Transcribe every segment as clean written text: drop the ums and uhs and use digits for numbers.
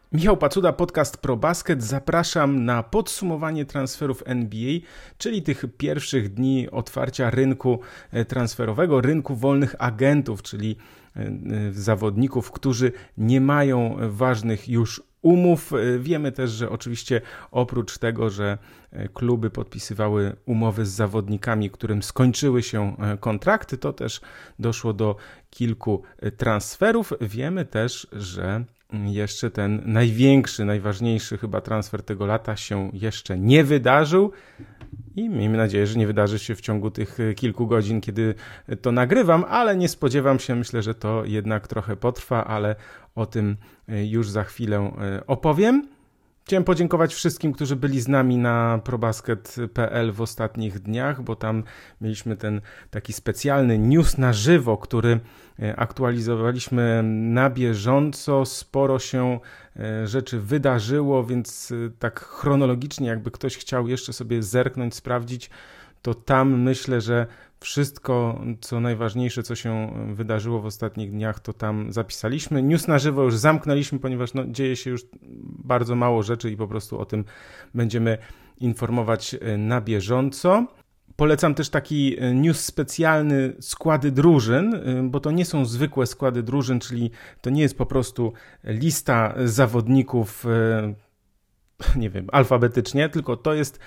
Michał Pacuda, podcast ProBasket. Zapraszam na podsumowanie transferów NBA, czyli tych pierwszych dni otwarcia rynku transferowego, rynku wolnych agentów, czyli zawodników, którzy nie mają ważnych już umów. Wiemy też, że oczywiście oprócz tego, że kluby podpisywały umowy z zawodnikami, którym skończyły się kontrakty, to też doszło do kilku transferów. Wiemy też, że jeszcze ten największy, najważniejszy chyba transfer tego lata się jeszcze nie wydarzył i miejmy nadzieję, że nie wydarzy się w ciągu tych kilku godzin, kiedy to nagrywam, ale nie spodziewam się, myślę, że to jednak trochę potrwa, ale o tym już za chwilę opowiem. Chciałem podziękować wszystkim, którzy byli z nami na probasket.pl w ostatnich dniach, bo tam mieliśmy ten taki specjalny news na żywo, który aktualizowaliśmy na bieżąco. Sporo się rzeczy wydarzyło, więc tak chronologicznie, jakby ktoś chciał jeszcze sobie zerknąć, sprawdzić, to tam myślę, że wszystko, co najważniejsze, co się wydarzyło w ostatnich dniach, to tam zapisaliśmy. News na żywo już zamknęliśmy, ponieważ dzieje się już bardzo mało rzeczy i po prostu o tym będziemy informować na bieżąco. Polecam też taki news specjalny składy drużyn, bo to nie są zwykłe składy drużyn, czyli to nie jest po prostu lista zawodników, nie wiem, alfabetycznie, tylko to jest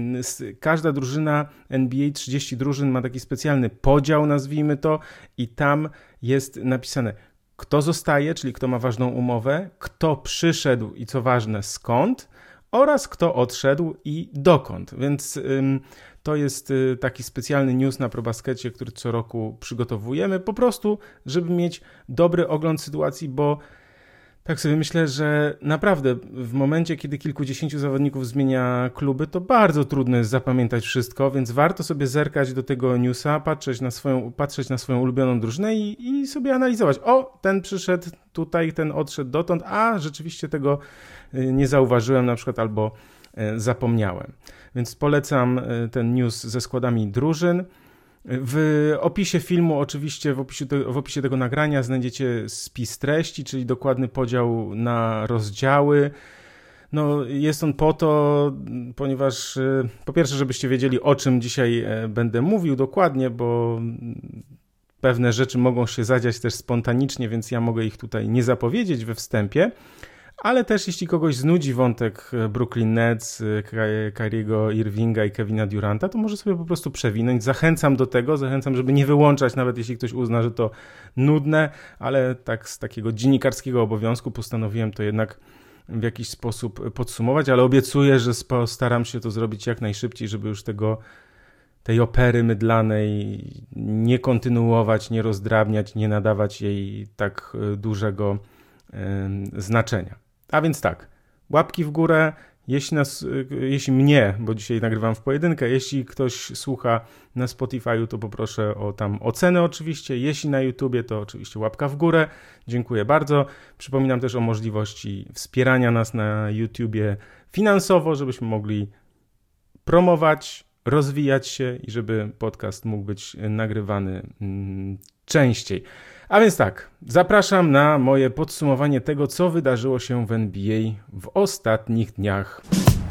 każda drużyna NBA, 30 drużyn ma taki specjalny podział, nazwijmy to, i tam jest napisane, kto zostaje, czyli kto ma ważną umowę, kto przyszedł i co ważne, skąd, oraz kto odszedł i dokąd. Więc to jest taki specjalny news na ProBaskecie, który co roku przygotowujemy, po prostu, żeby mieć dobry ogląd sytuacji, bo tak sobie myślę, że naprawdę w momencie, kiedy kilkudziesięciu zawodników zmienia kluby, to bardzo trudno jest zapamiętać wszystko, więc warto sobie zerkać do tego newsa, patrzeć na swoją ulubioną drużynę i sobie analizować. O, ten przyszedł tutaj, ten odszedł dotąd, a rzeczywiście tego nie zauważyłem na przykład albo zapomniałem. Więc polecam ten news ze składami drużyn. W opisie filmu, oczywiście w opisie tego nagrania znajdziecie spis treści, czyli dokładny podział na rozdziały. No, jest on po to, ponieważ po pierwsze, żebyście wiedzieli, o czym dzisiaj będę mówił dokładnie, bo pewne rzeczy mogą się zadziać też spontanicznie, więc ja mogę ich tutaj nie zapowiedzieć we wstępie. Ale też jeśli kogoś znudzi wątek Brooklyn Nets, Kyriego Irvinga i Kevina Duranta, to może sobie po prostu przewinąć. Zachęcam do tego, żeby nie wyłączać, nawet jeśli ktoś uzna, że to nudne, ale tak z takiego dziennikarskiego obowiązku postanowiłem to jednak w jakiś sposób podsumować, ale obiecuję, że postaram się to zrobić jak najszybciej, żeby już tej opery mydlanej nie kontynuować, nie rozdrabniać, nie nadawać jej tak dużego znaczenia. A więc tak, łapki w górę, jeśli mnie, bo dzisiaj nagrywam w pojedynkę, jeśli ktoś słucha na Spotify'u, to poproszę o tam ocenę oczywiście, jeśli na YouTubie, to oczywiście łapka w górę, dziękuję bardzo. Przypominam też o możliwości wspierania nas na YouTubie finansowo, żebyśmy mogli promować, rozwijać się i żeby podcast mógł być nagrywany częściej. A więc tak, zapraszam na moje podsumowanie tego, co wydarzyło się w NBA w ostatnich dniach.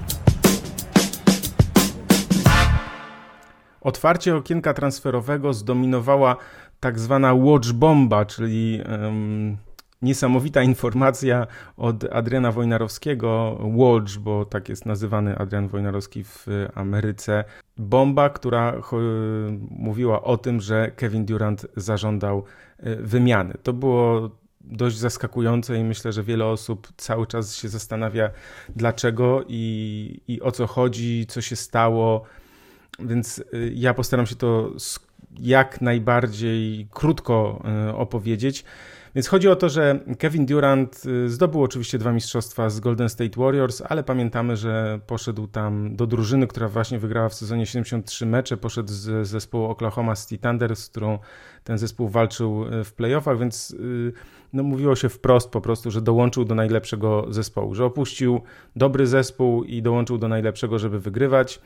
Otwarcie okienka transferowego zdominowała tak zwana watch bomba, czyli niesamowita informacja od Adriana Wojnarowskiego, Watch, bo tak jest nazywany Adrian Wojnarowski w Ameryce. Bomba, która mówiła o tym, że Kevin Durant zażądał wymiany. To było dość zaskakujące i myślę, że wiele osób cały czas się zastanawia dlaczego i o co chodzi, co się stało, więc ja postaram się to jak najbardziej krótko opowiedzieć. Więc chodzi o to, że Kevin Durant zdobył oczywiście 2 mistrzostwa z Golden State Warriors, ale pamiętamy, że poszedł tam do drużyny, która właśnie wygrała w sezonie 73 mecze, poszedł z zespołu Oklahoma City Thunder, z którą ten zespół walczył w playoffach, więc mówiło się wprost po prostu, że dołączył do najlepszego zespołu, że opuścił dobry zespół i dołączył do najlepszego, żeby wygrywać.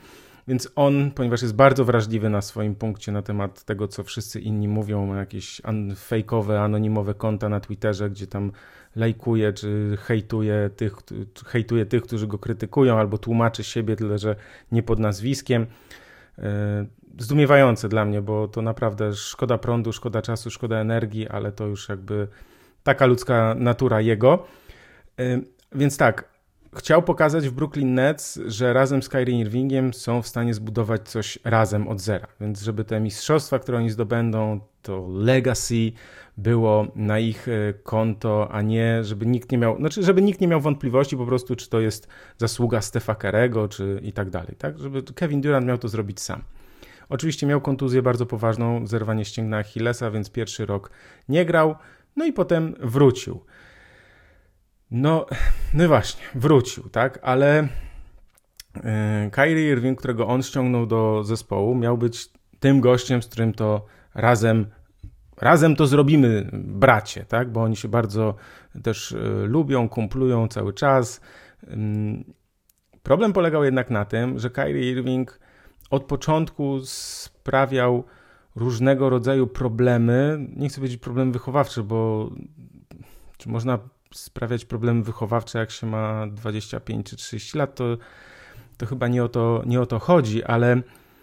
Więc on, ponieważ jest bardzo wrażliwy na swoim punkcie na temat tego, co wszyscy inni mówią, ma jakieś fejkowe, anonimowe konta na Twitterze, gdzie tam lajkuje czy hejtuje tych, którzy go krytykują, albo tłumaczy siebie, tyle że nie pod nazwiskiem. Zdumiewające dla mnie, bo to naprawdę szkoda prądu, szkoda czasu, szkoda energii, ale to już jakby taka ludzka natura jego. Więc tak, chciał pokazać w Brooklyn Nets, że razem z Kyrie Irvingiem są w stanie zbudować coś razem od zera. Więc żeby te mistrzostwa, które oni zdobędą, to legacy było na ich konto, a nie żeby nikt nie miał wątpliwości po prostu, czy to jest zasługa Stefa Curry'ego, czy i tak dalej. Tak? Żeby Kevin Durant miał to zrobić sam. Oczywiście miał kontuzję bardzo poważną, zerwanie ścięgna Achillesa, więc pierwszy rok nie grał, no i potem wrócił. No właśnie, wrócił, tak, ale Kyrie Irving, którego on ściągnął do zespołu, miał być tym gościem, z którym to razem to zrobimy, bracie, tak, bo oni się bardzo też lubią, kumplują cały czas. Problem polegał jednak na tym, że Kyrie Irving od początku sprawiał różnego rodzaju problemy, nie chcę powiedzieć problemy wychowawcze, bo czy można sprawiać problemy wychowawcze, jak się ma 25 czy 30 lat, to chyba nie o to chodzi, ale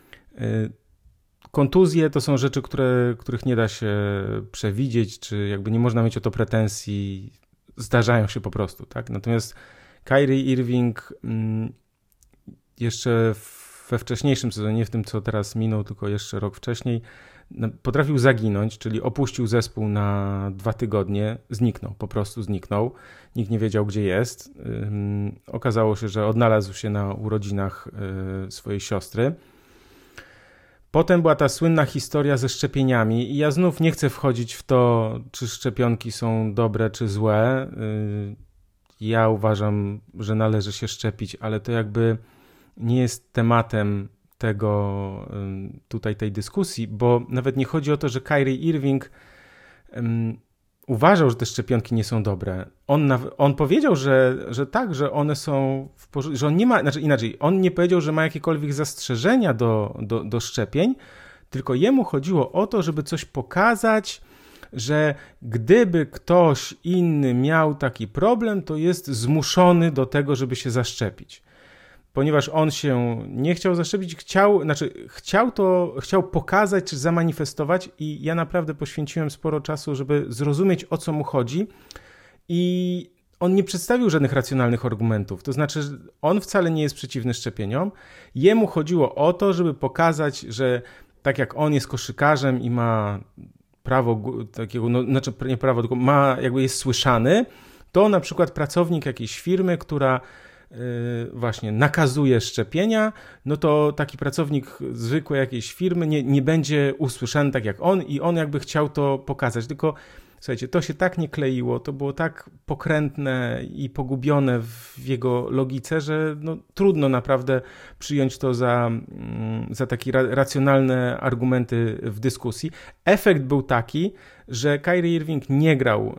kontuzje to są rzeczy, których nie da się przewidzieć, czy jakby nie można mieć o to pretensji, zdarzają się po prostu, tak? Natomiast Kyrie Irving jeszcze we wcześniejszym sezonie, nie w tym, co teraz minął, tylko jeszcze rok wcześniej, potrafił zaginąć, czyli opuścił zespół na 2 tygodnie, po prostu zniknął. Nikt nie wiedział, gdzie jest. Okazało się, że odnalazł się na urodzinach swojej siostry. Potem była ta słynna historia ze szczepieniami i ja znów nie chcę wchodzić w to, czy szczepionki są dobre, czy złe. Ja uważam, że należy się szczepić, ale to jakby nie jest tematem tej dyskusji, bo nawet nie chodzi o to, że Kyrie Irving uważał, że te szczepionki nie są dobre. On powiedział, że tak, że one są w porządku, że on nie ma, inaczej, on nie powiedział, że ma jakiekolwiek zastrzeżenia do szczepień, tylko jemu chodziło o to, żeby coś pokazać, że gdyby ktoś inny miał taki problem, to jest zmuszony do tego, żeby się zaszczepić. Ponieważ on się nie chciał zaszczepić, chciał pokazać czy zamanifestować i ja naprawdę poświęciłem sporo czasu, żeby zrozumieć, o co mu chodzi i on nie przedstawił żadnych racjonalnych argumentów, to znaczy, że on wcale nie jest przeciwny szczepieniom, jemu chodziło o to, żeby pokazać, że tak jak on jest koszykarzem i ma prawo takiego, nie prawo, tylko jest słyszany, to na przykład pracownik jakiejś firmy, która właśnie nakazuje szczepienia, no to taki pracownik zwykłej jakiejś firmy nie będzie usłyszany tak jak on i on jakby chciał to pokazać, tylko słuchajcie, to się tak nie kleiło, to było tak pokrętne i pogubione w jego logice, że trudno naprawdę przyjąć to za takie racjonalne argumenty w dyskusji. Efekt był taki, że Kyrie Irving nie grał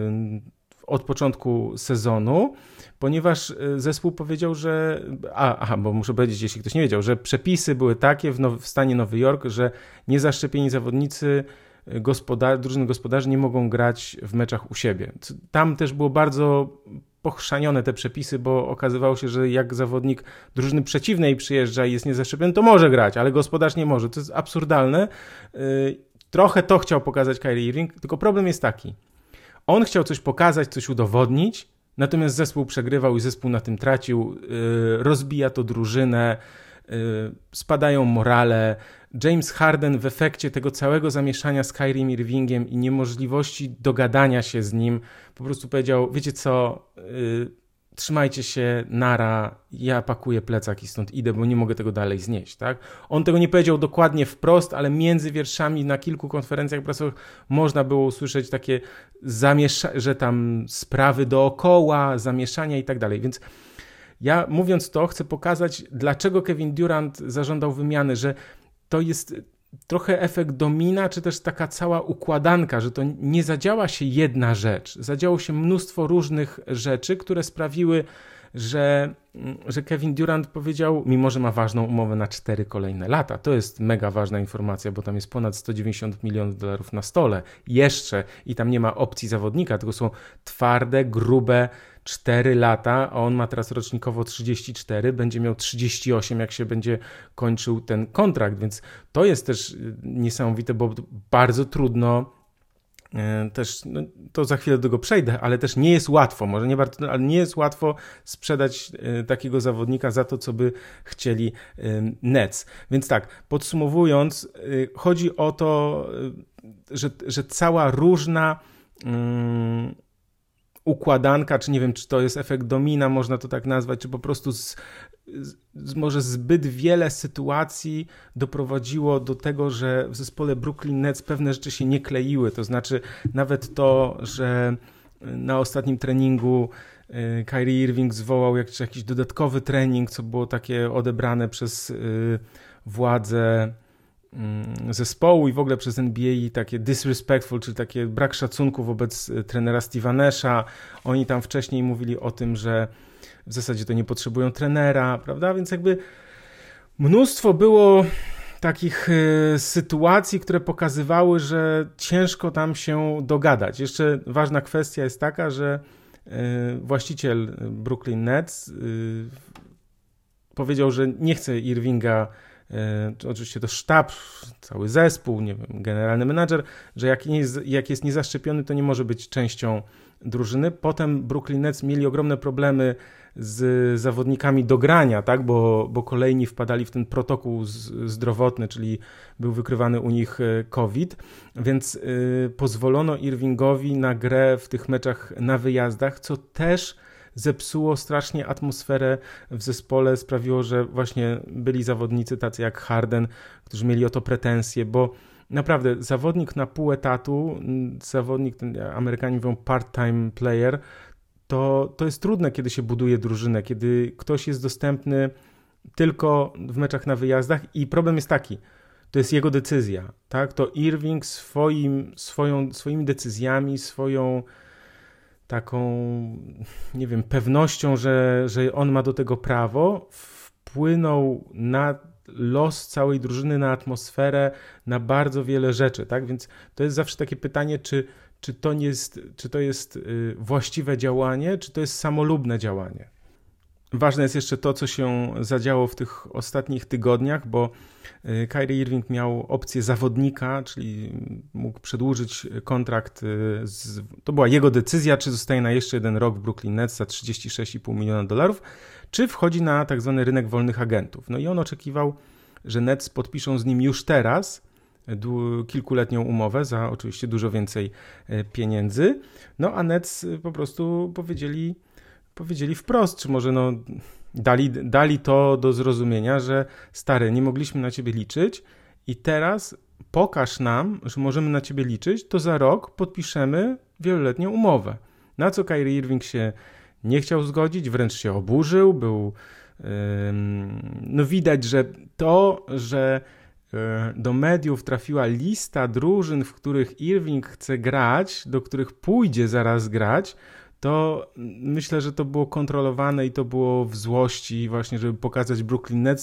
od początku sezonu, ponieważ zespół powiedział, że... bo muszę powiedzieć, jeśli ktoś nie wiedział, że przepisy były takie w stanie Nowy Jork, że niezaszczepieni zawodnicy drużyny gospodarzy nie mogą grać w meczach u siebie. Tam też było bardzo pochrzanione te przepisy, bo okazywało się, że jak zawodnik drużyny przeciwnej przyjeżdża i jest niezaszczepiony, to może grać, ale gospodarz nie może. To jest absurdalne. Trochę to chciał pokazać Kyrie Irving, tylko problem jest taki. On chciał coś pokazać, coś udowodnić, natomiast zespół przegrywał i zespół na tym tracił, rozbija to drużynę, spadają morale. James Harden w efekcie tego całego zamieszania z Kyrie Irvingiem i niemożliwości dogadania się z nim po prostu powiedział, wiecie co, trzymajcie się, nara, ja pakuję plecak i stąd idę, bo nie mogę tego dalej znieść, tak? On tego nie powiedział dokładnie wprost, ale między wierszami na kilku konferencjach prasowych można było usłyszeć takie że tam sprawy dookoła, zamieszania i tak dalej, więc ja mówiąc to chcę pokazać, dlaczego Kevin Durant zażądał wymiany, że to jest trochę efekt domina, czy też taka cała układanka, że to nie zadziała się jedna rzecz, zadziało się mnóstwo różnych rzeczy, które sprawiły, że Kevin Durant powiedział, mimo że ma ważną umowę na 4 kolejne lata, to jest mega ważna informacja, bo tam jest ponad $190 milionów na stole jeszcze i tam nie ma opcji zawodnika, tylko są twarde, grube 4 lata, a on ma teraz rocznikowo 34, będzie miał 38, jak się będzie kończył ten kontrakt, więc to jest też niesamowite, bo bardzo trudno też, no, to za chwilę do tego przejdę, ale też nie jest łatwo, może nie bardzo, ale nie jest łatwo sprzedać takiego zawodnika za to, co by chcieli Nets. Więc tak, podsumowując, chodzi o to, że cała różna układanka, czy nie wiem, czy to jest efekt domina, można to tak nazwać, czy po prostu może zbyt wiele sytuacji doprowadziło do tego, że w zespole Brooklyn Nets pewne rzeczy się nie kleiły. To znaczy nawet to, że na ostatnim treningu Kyrie Irving zwołał jakiś dodatkowy trening, co było takie odebrane przez władze zespołu i w ogóle przez NBA takie disrespectful, czyli takie brak szacunku wobec trenera Steve'a Nasha. Oni tam wcześniej mówili o tym, że w zasadzie to nie potrzebują trenera, prawda? Więc jakby mnóstwo było takich sytuacji, które pokazywały, że ciężko tam się dogadać. Jeszcze ważna kwestia jest taka, że właściciel Brooklyn Nets powiedział, że nie chce Irvinga, oczywiście to sztab, cały zespół, nie wiem, generalny menadżer, że jak jest niezaszczepiony, to nie może być częścią drużyny. Potem Brooklyn Nets mieli ogromne problemy z zawodnikami do grania, tak? bo kolejni wpadali w ten protokół zdrowotny, czyli był wykrywany u nich COVID, więc pozwolono Irvingowi na grę w tych meczach na wyjazdach, co też zepsuło strasznie atmosferę w zespole, sprawiło, że właśnie byli zawodnicy tacy jak Harden, którzy mieli o to pretensje, bo naprawdę zawodnik na pół etatu, zawodnik, ten Amerykanie mówią part-time player, to jest trudne, kiedy się buduje drużynę, kiedy ktoś jest dostępny tylko w meczach na wyjazdach i problem jest taki, to jest jego decyzja, tak? To Irving swoimi decyzjami, swoją taką, nie wiem, pewnością, że on ma do tego prawo, wpłynął na los całej drużyny, na atmosferę, na bardzo wiele rzeczy, tak? Więc to jest zawsze takie pytanie, czy to jest właściwe działanie, czy to jest samolubne działanie. Ważne jest jeszcze to, co się zadziało w tych ostatnich tygodniach, bo Kyrie Irving miał opcję zawodnika, czyli mógł przedłużyć kontrakt. To była jego decyzja, czy zostaje na jeszcze jeden rok w Brooklyn Nets za $36,5 miliona, czy wchodzi na tak zwany rynek wolnych agentów. No i on oczekiwał, że Nets podpiszą z nim już teraz kilkuletnią umowę za oczywiście dużo więcej pieniędzy. No a Nets po prostu powiedzieli wprost, czy może dali to do zrozumienia, że stary, nie mogliśmy na ciebie liczyć i teraz pokaż nam, że możemy na ciebie liczyć, to za rok podpiszemy wieloletnią umowę. Na co Kyrie Irving się nie chciał zgodzić, wręcz się oburzył, widać, że do mediów trafiła lista drużyn, w których Irving chce grać, do których pójdzie zaraz grać, to myślę, że to było kontrolowane i to było w złości właśnie, żeby pokazać Brooklyn Nets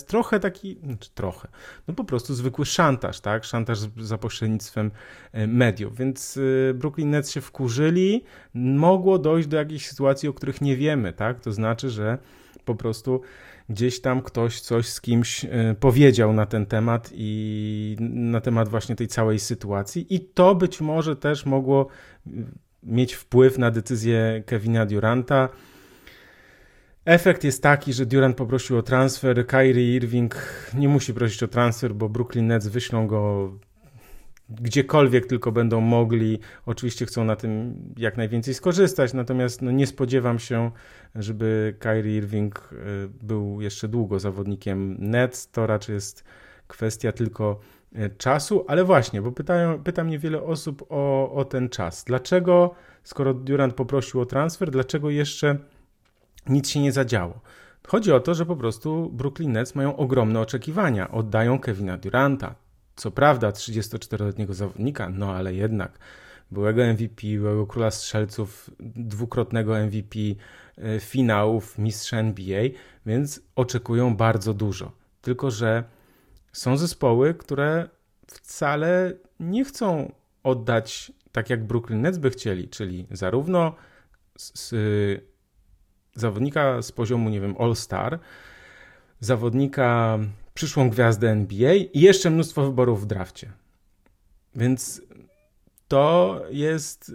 po prostu zwykły szantaż, tak? Szantaż za pośrednictwem mediów, więc Brooklyn Nets się wkurzyli, mogło dojść do jakichś sytuacji, o których nie wiemy, tak? To znaczy, że po prostu gdzieś tam ktoś coś z kimś powiedział na ten temat i na temat właśnie tej całej sytuacji i to być może też mogło mieć wpływ na decyzję Kevina Duranta. Efekt jest taki, że Durant poprosił o transfer, Kyrie Irving nie musi prosić o transfer, bo Brooklyn Nets wyślą go gdziekolwiek tylko będą mogli. Oczywiście chcą na tym jak najwięcej skorzystać, natomiast nie spodziewam się, żeby Kyrie Irving był jeszcze długo zawodnikiem Nets. To raczej jest kwestia tylko czasu, ale właśnie, bo pyta mnie wiele osób o ten czas. Dlaczego, skoro Durant poprosił o transfer, dlaczego jeszcze nic się nie zadziało? Chodzi o to, że po prostu Brooklyn Nets mają ogromne oczekiwania. Oddają Kevina Duranta. Co prawda 34-letniego zawodnika, ale jednak byłego MVP, byłego króla strzelców, dwukrotnego MVP finałów mistrza NBA, więc oczekują bardzo dużo. Tylko że są zespoły, które wcale nie chcą oddać tak jak Brooklyn Nets by chcieli, czyli zarówno zawodnika z poziomu, nie wiem, All-Star, zawodnika, przyszłą gwiazdę NBA i jeszcze mnóstwo wyborów w drafcie. Więc to jest...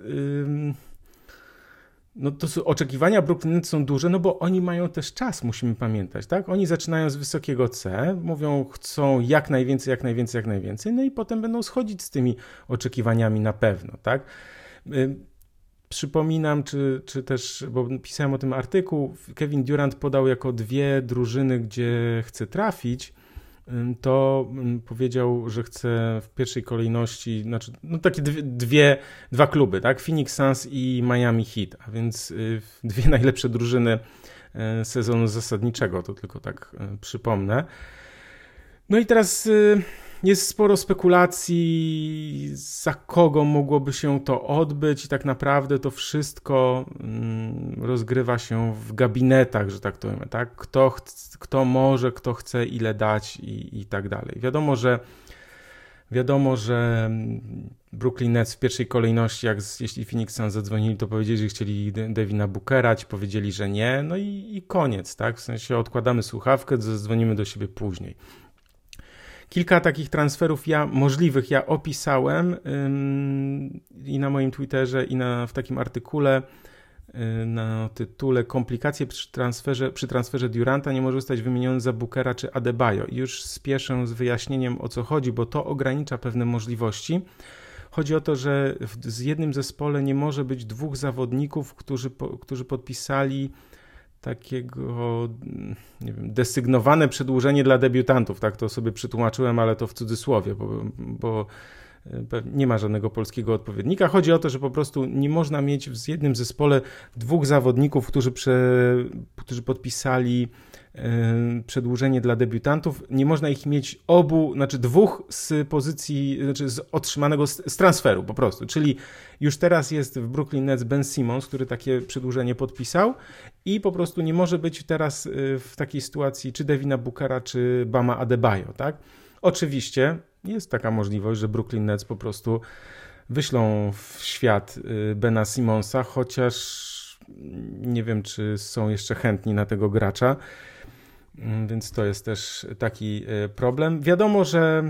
No to są, oczekiwania Brooklyn Nets są duże, no bo oni mają też czas, musimy pamiętać, tak? Oni zaczynają z wysokiego C, mówią, chcą jak najwięcej, no i potem będą schodzić z tymi oczekiwaniami na pewno, tak? Przypominam, czy też, bo pisałem o tym artykuł, Kevin Durant podał jako 2 drużyny, gdzie chce trafić, to powiedział, że chce w pierwszej kolejności, znaczy no takie dwa kluby, tak? Phoenix Suns i Miami Heat, a więc 2 najlepsze drużyny sezonu zasadniczego, to tylko tak przypomnę. No i teraz jest sporo spekulacji, za kogo mogłoby się to odbyć i tak naprawdę to wszystko rozgrywa się w gabinetach, że tak to powiem, tak? Kto może, kto chce, ile dać i tak dalej. Wiadomo, że Brooklyn Nets w pierwszej kolejności, jeśli Phoenix Suns zadzwonili, to powiedzieli, że chcieli Devina Bookera, ci powiedzieli, że nie, no i koniec, tak? W sensie odkładamy słuchawkę, zadzwonimy do siebie później. Kilka takich transferów możliwych opisałem i na moim Twitterze, i w takim artykule na tytule Komplikacje przy transferze Duranta nie może zostać wymieniony za Bookera czy Adebayo. I już spieszę z wyjaśnieniem, o co chodzi, bo to ogranicza pewne możliwości. Chodzi o to, że z jednym zespole nie może być 2 zawodników, którzy podpisali takiego, nie wiem, desygnowane przedłużenie dla debiutantów, tak to sobie przetłumaczyłem, ale to w cudzysłowie, bo nie ma żadnego polskiego odpowiednika. Chodzi o to, że po prostu nie można mieć w jednym zespole 2 zawodników, którzy podpisali przedłużenie dla debiutantów. Nie można ich mieć obu, znaczy 2 z pozycji, znaczy z otrzymanego z transferu po prostu. Czyli już teraz jest w Brooklyn Nets Ben Simmons, który takie przedłużenie podpisał i po prostu nie może być teraz w takiej sytuacji czy Devina Bookera, czy Bama Adebayo, tak? Oczywiście jest taka możliwość, że Brooklyn Nets po prostu wyślą w świat Bena Simmonsa, chociaż nie wiem, czy są jeszcze chętni na tego gracza, więc to jest też taki problem. Wiadomo,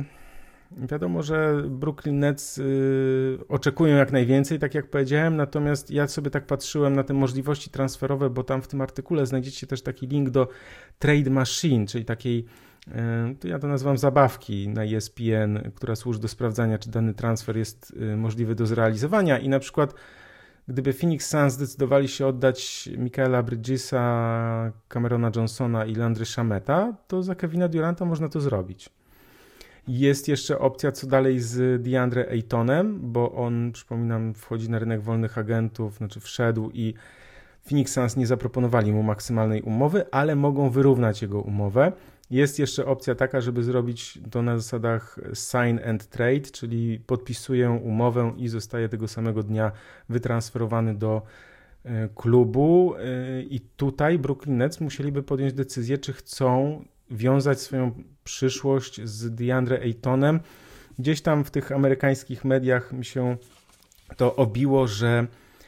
że Brooklyn Nets oczekują jak najwięcej, tak jak powiedziałem, natomiast ja sobie tak patrzyłem na te możliwości transferowe, bo tam w tym artykule znajdziecie też taki link do Trade Machine, czyli takiej, ja to nazywam zabawki na ESPN, która służy do sprawdzania, czy dany transfer jest możliwy do zrealizowania i na przykład gdyby Phoenix Suns zdecydowali się oddać Michaela Bridgesa, Camerona Johnsona i Landry Shameta, to za Kevina Duranta można to zrobić. Jest jeszcze opcja, co dalej z DeAndre Aytonem, bo on, przypominam, wchodzi na rynek wolnych agentów, znaczy wszedł i Phoenix Suns nie zaproponowali mu maksymalnej umowy, ale mogą wyrównać jego umowę. Jest jeszcze opcja taka, żeby zrobić to na zasadach sign and trade, czyli podpisuję umowę i zostaje tego samego dnia wytransferowany do klubu i tutaj Brooklyn Nets musieliby podjąć decyzję, czy chcą wiązać swoją przyszłość z DeAndre Aytonem. Gdzieś tam w tych amerykańskich mediach mi się to obiło, że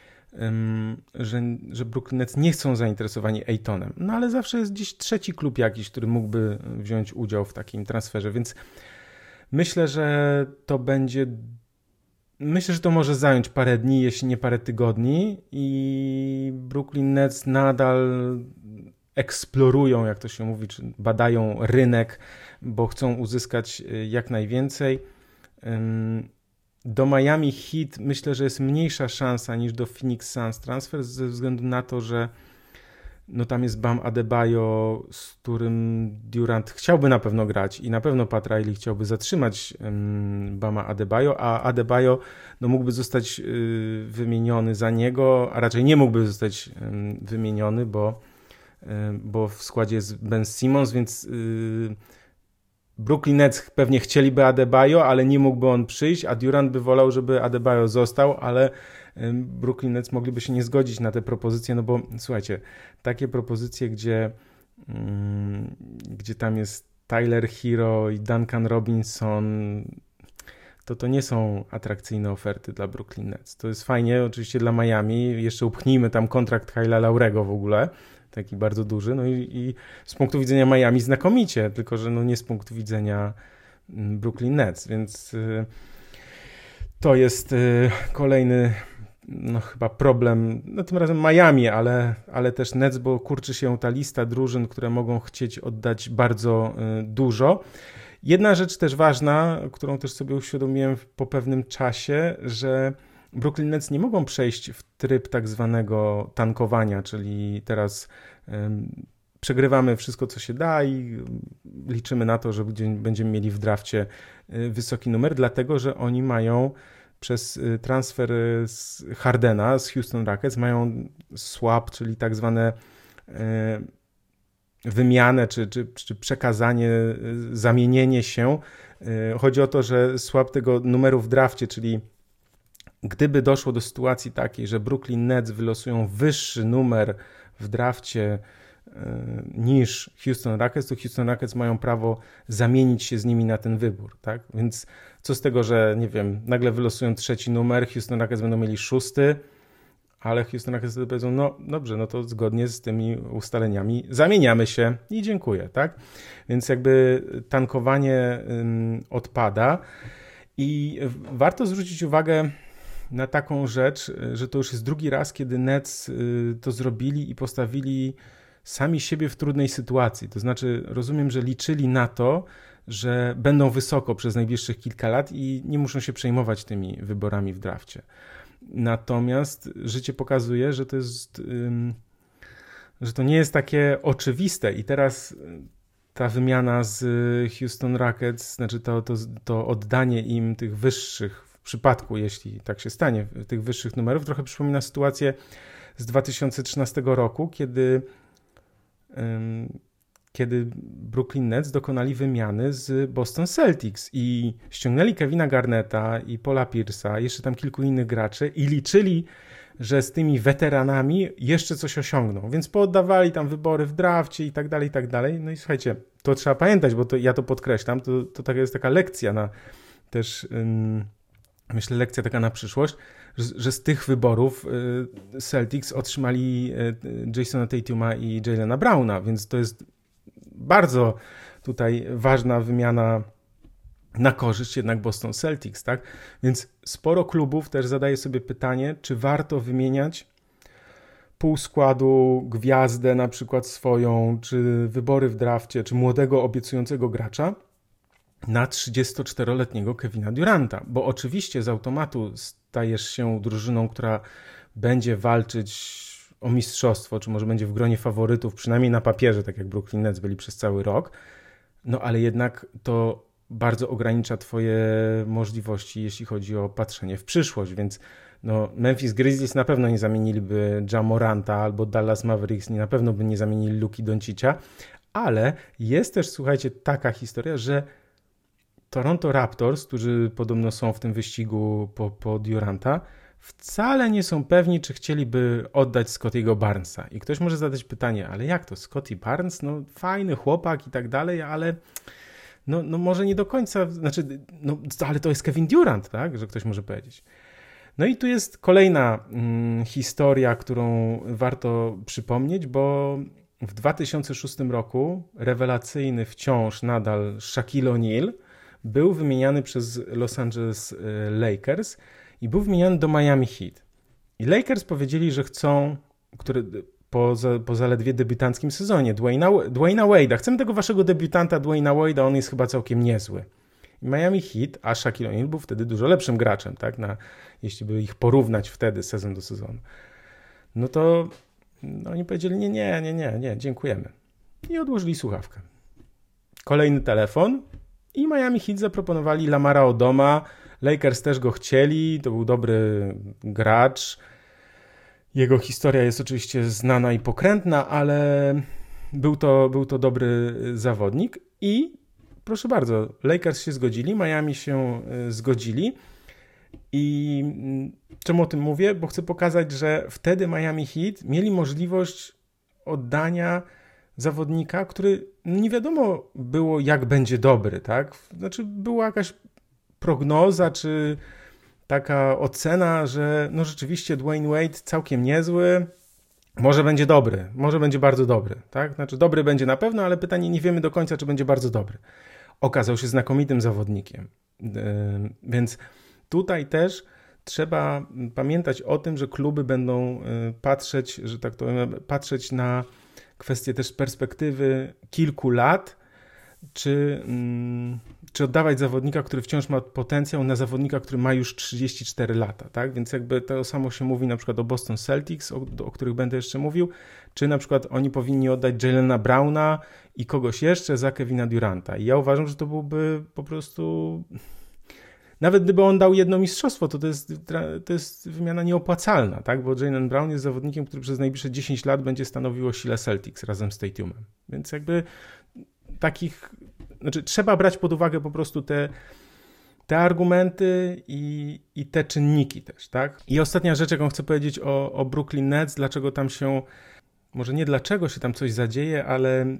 Brooklyn Nets nie są zainteresowani Aytonem. No ale zawsze jest gdzieś trzeci klub jakiś, który mógłby wziąć udział w takim transferze, więc myślę, że to może zająć parę dni, jeśli nie parę tygodni i Brooklyn Nets nadal eksplorują, jak to się mówi, czy badają rynek, bo chcą uzyskać jak najwięcej. Do Miami Heat myślę, że jest mniejsza szansa niż do Phoenix Suns transfer ze względu na to, że no tam jest Bam Adebayo, z którym Durant chciałby na pewno grać i na pewno Pat Riley chciałby zatrzymać Bama Adebayo, a Adebayo no, mógłby zostać wymieniony za niego, a raczej nie mógłby zostać wymieniony, bo w składzie jest Ben Simmons, więc Brooklyn Nets pewnie chcieliby Adebayo, ale nie mógłby on przyjść, a Durant by wolał, żeby Adebayo został, ale Brooklyn Nets mogliby się nie zgodzić na te propozycje, no bo słuchajcie, takie propozycje, gdzie tam jest Tyler Hero i Duncan Robinson, to nie są atrakcyjne oferty dla Brooklyn Nets. To jest fajnie oczywiście dla Miami, jeszcze upchnijmy tam kontrakt Kyla Laurego w ogóle, taki bardzo duży, no i z punktu widzenia Miami znakomicie, tylko że no nie z punktu widzenia Brooklyn Nets, więc to jest kolejny no chyba problem, no tym razem Miami, ale też Nets, bo kurczy się ta lista drużyn, które mogą chcieć oddać bardzo dużo. Jedna rzecz też ważna, którą też sobie uświadomiłem po pewnym czasie, że Brooklyn Nets nie mogą przejść w tryb tak zwanego tankowania, czyli teraz przegrywamy wszystko, co się da i liczymy na to, że będziemy mieli w drafcie wysoki numer, dlatego że oni mają przez transfer z Hardena z Houston Rockets mają swap, czyli tak zwane wymianę czy przekazanie, zamienienie się. Chodzi o to, że swap tego numeru w drafcie, czyli gdyby doszło do sytuacji takiej, że Brooklyn Nets wylosują wyższy numer w drafcie niż Houston Rockets, to Houston Rockets mają prawo zamienić się z nimi na ten wybór, tak? Więc co z tego, że nie wiem, nagle wylosują trzeci numer, Houston Rockets będą mieli szósty, ale Houston Rockets powiedzą, no dobrze, no to zgodnie z tymi ustaleniami zamieniamy się i dziękuję, tak? Więc jakby tankowanie odpada i warto zwrócić uwagę na taką rzecz, że to już jest drugi raz, kiedy Nets to zrobili i postawili sami siebie w trudnej sytuacji. To znaczy, rozumiem, że liczyli na to, że będą wysoko przez najbliższych kilka lat i nie muszą się przejmować tymi wyborami w drafcie. Natomiast życie pokazuje, że to nie jest takie oczywiste i teraz ta wymiana z Houston Rockets, znaczy to oddanie im tych wyższych, w przypadku, jeśli tak się stanie, tych wyższych numerów, trochę przypomina sytuację z 2013 roku, kiedy Brooklyn Nets dokonali wymiany z Boston Celtics i ściągnęli Kevina Garnetta i Paula Pierce'a, jeszcze tam kilku innych graczy i liczyli, że z tymi weteranami jeszcze coś osiągną, więc pooddawali tam wybory w drafcie i tak dalej, i tak dalej. No i słuchajcie, to trzeba pamiętać, bo ja to podkreślam, to jest taka lekcja też myślę, lekcja taka na przyszłość, że z tych wyborów Celtics otrzymali Jasona Tatuma i Jaylena Browna, więc to jest bardzo tutaj ważna wymiana na korzyść jednak Boston Celtics, tak? Więc sporo klubów też zadaje sobie pytanie, czy warto wymieniać pół składu, gwiazdę na przykład swoją, czy wybory w drafcie, czy młodego, obiecującego gracza na 34-letniego Kevina Duranta, bo oczywiście z automatu stajesz się drużyną, która będzie walczyć o mistrzostwo, czy może będzie w gronie faworytów, przynajmniej na papierze, tak jak Brooklyn Nets byli przez cały rok, no ale jednak to bardzo ogranicza twoje możliwości, jeśli chodzi o patrzenie w przyszłość, więc no, Memphis Grizzlies na pewno nie zamieniliby Ja Moranta, albo Dallas Mavericks na pewno by nie zamienili Luki Doncicia, ale jest też, słuchajcie, taka historia, że Toronto Raptors, którzy podobno są w tym wyścigu po Duranta, wcale nie są pewni, czy chcieliby oddać Scottiego Barnesa. I ktoś może zadać pytanie, ale jak to? Scottie Barnes? No fajny chłopak i tak dalej, ale no może nie do końca, znaczy, no ale to jest Kevin Durant, tak? Że ktoś może powiedzieć. No i tu jest kolejna historia, którą warto przypomnieć, bo w 2006 roku rewelacyjny wciąż nadal Shaquille O'Neal był wymieniany przez Los Angeles Lakers i był wymieniany do Miami Heat. I Lakers powiedzieli, że chcą, po zaledwie debiutanckim sezonie, Dwayna Wade'a. Chcemy tego waszego debiutanta Dwayna Wade'a, on jest chyba całkiem niezły. I Miami Heat, a Shaquille O'Neal był wtedy dużo lepszym graczem, tak? Jeśli by ich porównać wtedy sezon do sezonu. No to oni powiedzieli, nie, dziękujemy. I odłożyli słuchawkę. Kolejny telefon i Miami Heat zaproponowali Lamara Odoma. Lakers też go chcieli, to był dobry gracz. Jego historia jest oczywiście znana i pokrętna, ale był to dobry zawodnik i proszę bardzo, Lakers się zgodzili, Miami się zgodzili i czemu o tym mówię? Bo chcę pokazać, że wtedy Miami Heat mieli możliwość oddania zawodnika, który nie wiadomo było, jak będzie dobry, tak? Znaczy była jakaś prognoza, czy taka ocena, że no rzeczywiście Dwayne Wade całkiem niezły, może będzie dobry, może będzie bardzo dobry, tak? Znaczy dobry będzie na pewno, ale pytanie, nie wiemy do końca, czy będzie bardzo dobry. Okazał się znakomitym zawodnikiem, więc tutaj też trzeba pamiętać o tym, że kluby będą patrzeć, że tak to powiem, patrzeć na kwestię też perspektywy kilku lat, czy oddawać zawodnika, który wciąż ma potencjał, na zawodnika, który ma już 34 lata, tak? Więc jakby to samo się mówi na przykład o Boston Celtics, o których będę jeszcze mówił, czy na przykład oni powinni oddać Jalena Browna i kogoś jeszcze za Kevina Duranta. I ja uważam, że to byłby po prostu... Nawet gdyby on dał jedno mistrzostwo, to jest wymiana nieopłacalna, tak? Bo Jaylen Brown jest zawodnikiem, który przez najbliższe 10 lat będzie stanowił o sile Celtics razem z Tatumem. Więc jakby trzeba brać pod uwagę po prostu te argumenty i te czynniki też, tak? I ostatnia rzecz, jaką chcę powiedzieć o Brooklyn Nets, dlaczego tam się, może nie dlaczego się tam coś zadzieje, ale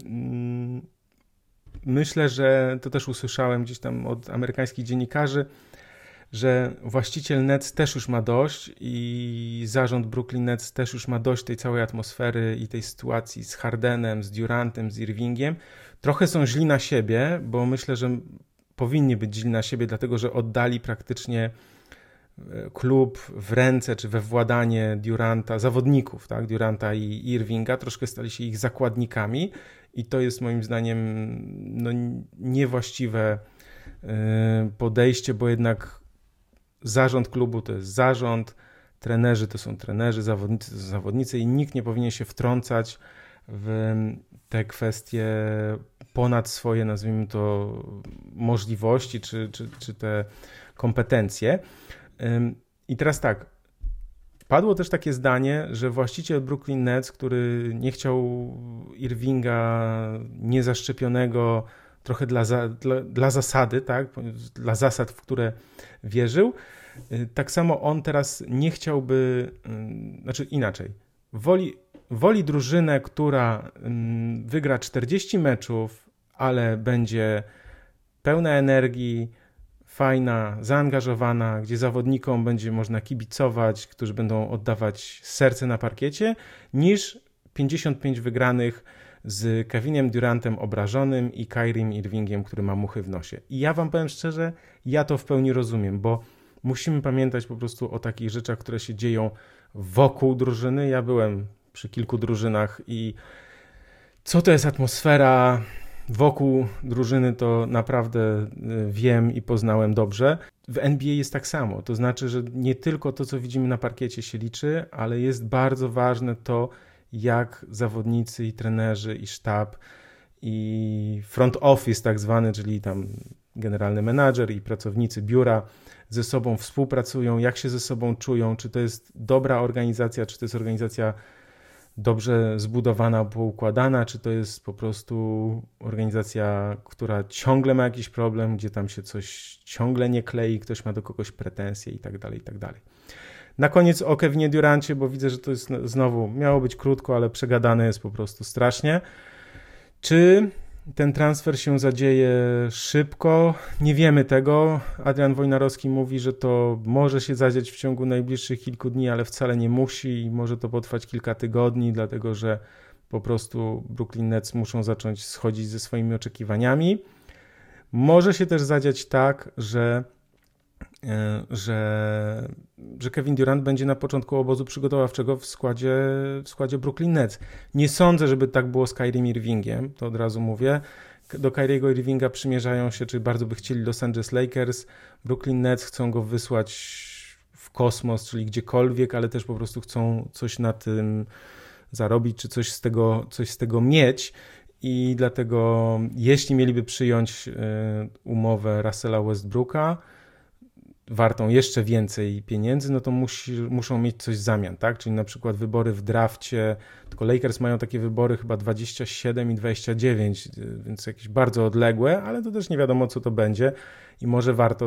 myślę, że to też usłyszałem gdzieś tam od amerykańskich dziennikarzy, że właściciel Nets też już ma dość i zarząd Brooklyn Nets też już ma dość tej całej atmosfery i tej sytuacji z Hardenem, z Durantem, z Irvingiem. Trochę są źli na siebie, bo myślę, że powinni być źli na siebie, dlatego że oddali praktycznie klub w ręce czy we władanie Duranta, zawodników, tak? Duranta i Irvinga, troszkę stali się ich zakładnikami i to jest moim zdaniem niewłaściwe podejście, bo jednak zarząd klubu to jest zarząd, trenerzy to są trenerzy, zawodnicy to są zawodnicy i nikt nie powinien się wtrącać w te kwestie ponad swoje, nazwijmy to, możliwości czy te kompetencje. I teraz tak, padło też takie zdanie, że właściciel Brooklyn Nets, który nie chciał Irvinga niezaszczepionego trochę dla zasady, tak, dla zasad, w które wierzył, tak samo on teraz nie chciałby, znaczy inaczej, woli drużynę, która wygra 40 meczów, ale będzie pełna energii, fajna, zaangażowana, gdzie zawodnikom będzie można kibicować, którzy będą oddawać serce na parkiecie, niż 55 wygranych z Kevinem Durantem obrażonym i Kyriem Irvingiem, który ma muchy w nosie. I ja wam powiem szczerze, ja to w pełni rozumiem, bo musimy pamiętać po prostu o takich rzeczach, które się dzieją wokół drużyny. Ja byłem przy kilku drużynach i co to jest atmosfera wokół drużyny, to naprawdę wiem i poznałem dobrze. W NBA jest tak samo, to znaczy, że nie tylko to, co widzimy na parkiecie się liczy, ale jest bardzo ważne to, jak zawodnicy i trenerzy i sztab i front office tak zwany, czyli tam generalny menadżer i pracownicy biura ze sobą współpracują, jak się ze sobą czują, czy to jest dobra organizacja, czy to jest organizacja dobrze zbudowana, poukładana, czy to jest po prostu organizacja, która ciągle ma jakiś problem, gdzie tam się coś ciągle nie klei, ktoś ma do kogoś pretensje i tak dalej, i tak dalej. Na koniec o Kevinie Durancie, bo widzę, że to jest znowu, miało być krótko, ale przegadane jest po prostu strasznie. Czy ten transfer się zadzieje szybko? Nie wiemy tego. Adrian Wojnarowski mówi, że to może się zadziać w ciągu najbliższych kilku dni, ale wcale nie musi i może to potrwać kilka tygodni, dlatego że po prostu Brooklyn Nets muszą zacząć schodzić ze swoimi oczekiwaniami. Może się też zadziać tak, że Kevin Durant będzie na początku obozu przygotowawczego w składzie Brooklyn Nets. Nie sądzę, żeby tak było z Kyrie Irvingiem, to od razu mówię. Do Kyriego Irvinga przymierzają się, czy bardzo by chcieli Los Angeles Lakers. Brooklyn Nets chcą go wysłać w kosmos, czyli gdziekolwiek, ale też po prostu chcą coś na tym zarobić, czy coś z tego mieć. I dlatego, jeśli mieliby przyjąć umowę Russella Westbrooka, wartą jeszcze więcej pieniędzy, no to muszą mieć coś w zamian, tak? Czyli na przykład wybory w drafcie, tylko Lakers mają takie wybory chyba 27 i 29, więc jakieś bardzo odległe, ale to też nie wiadomo, co to będzie i może warto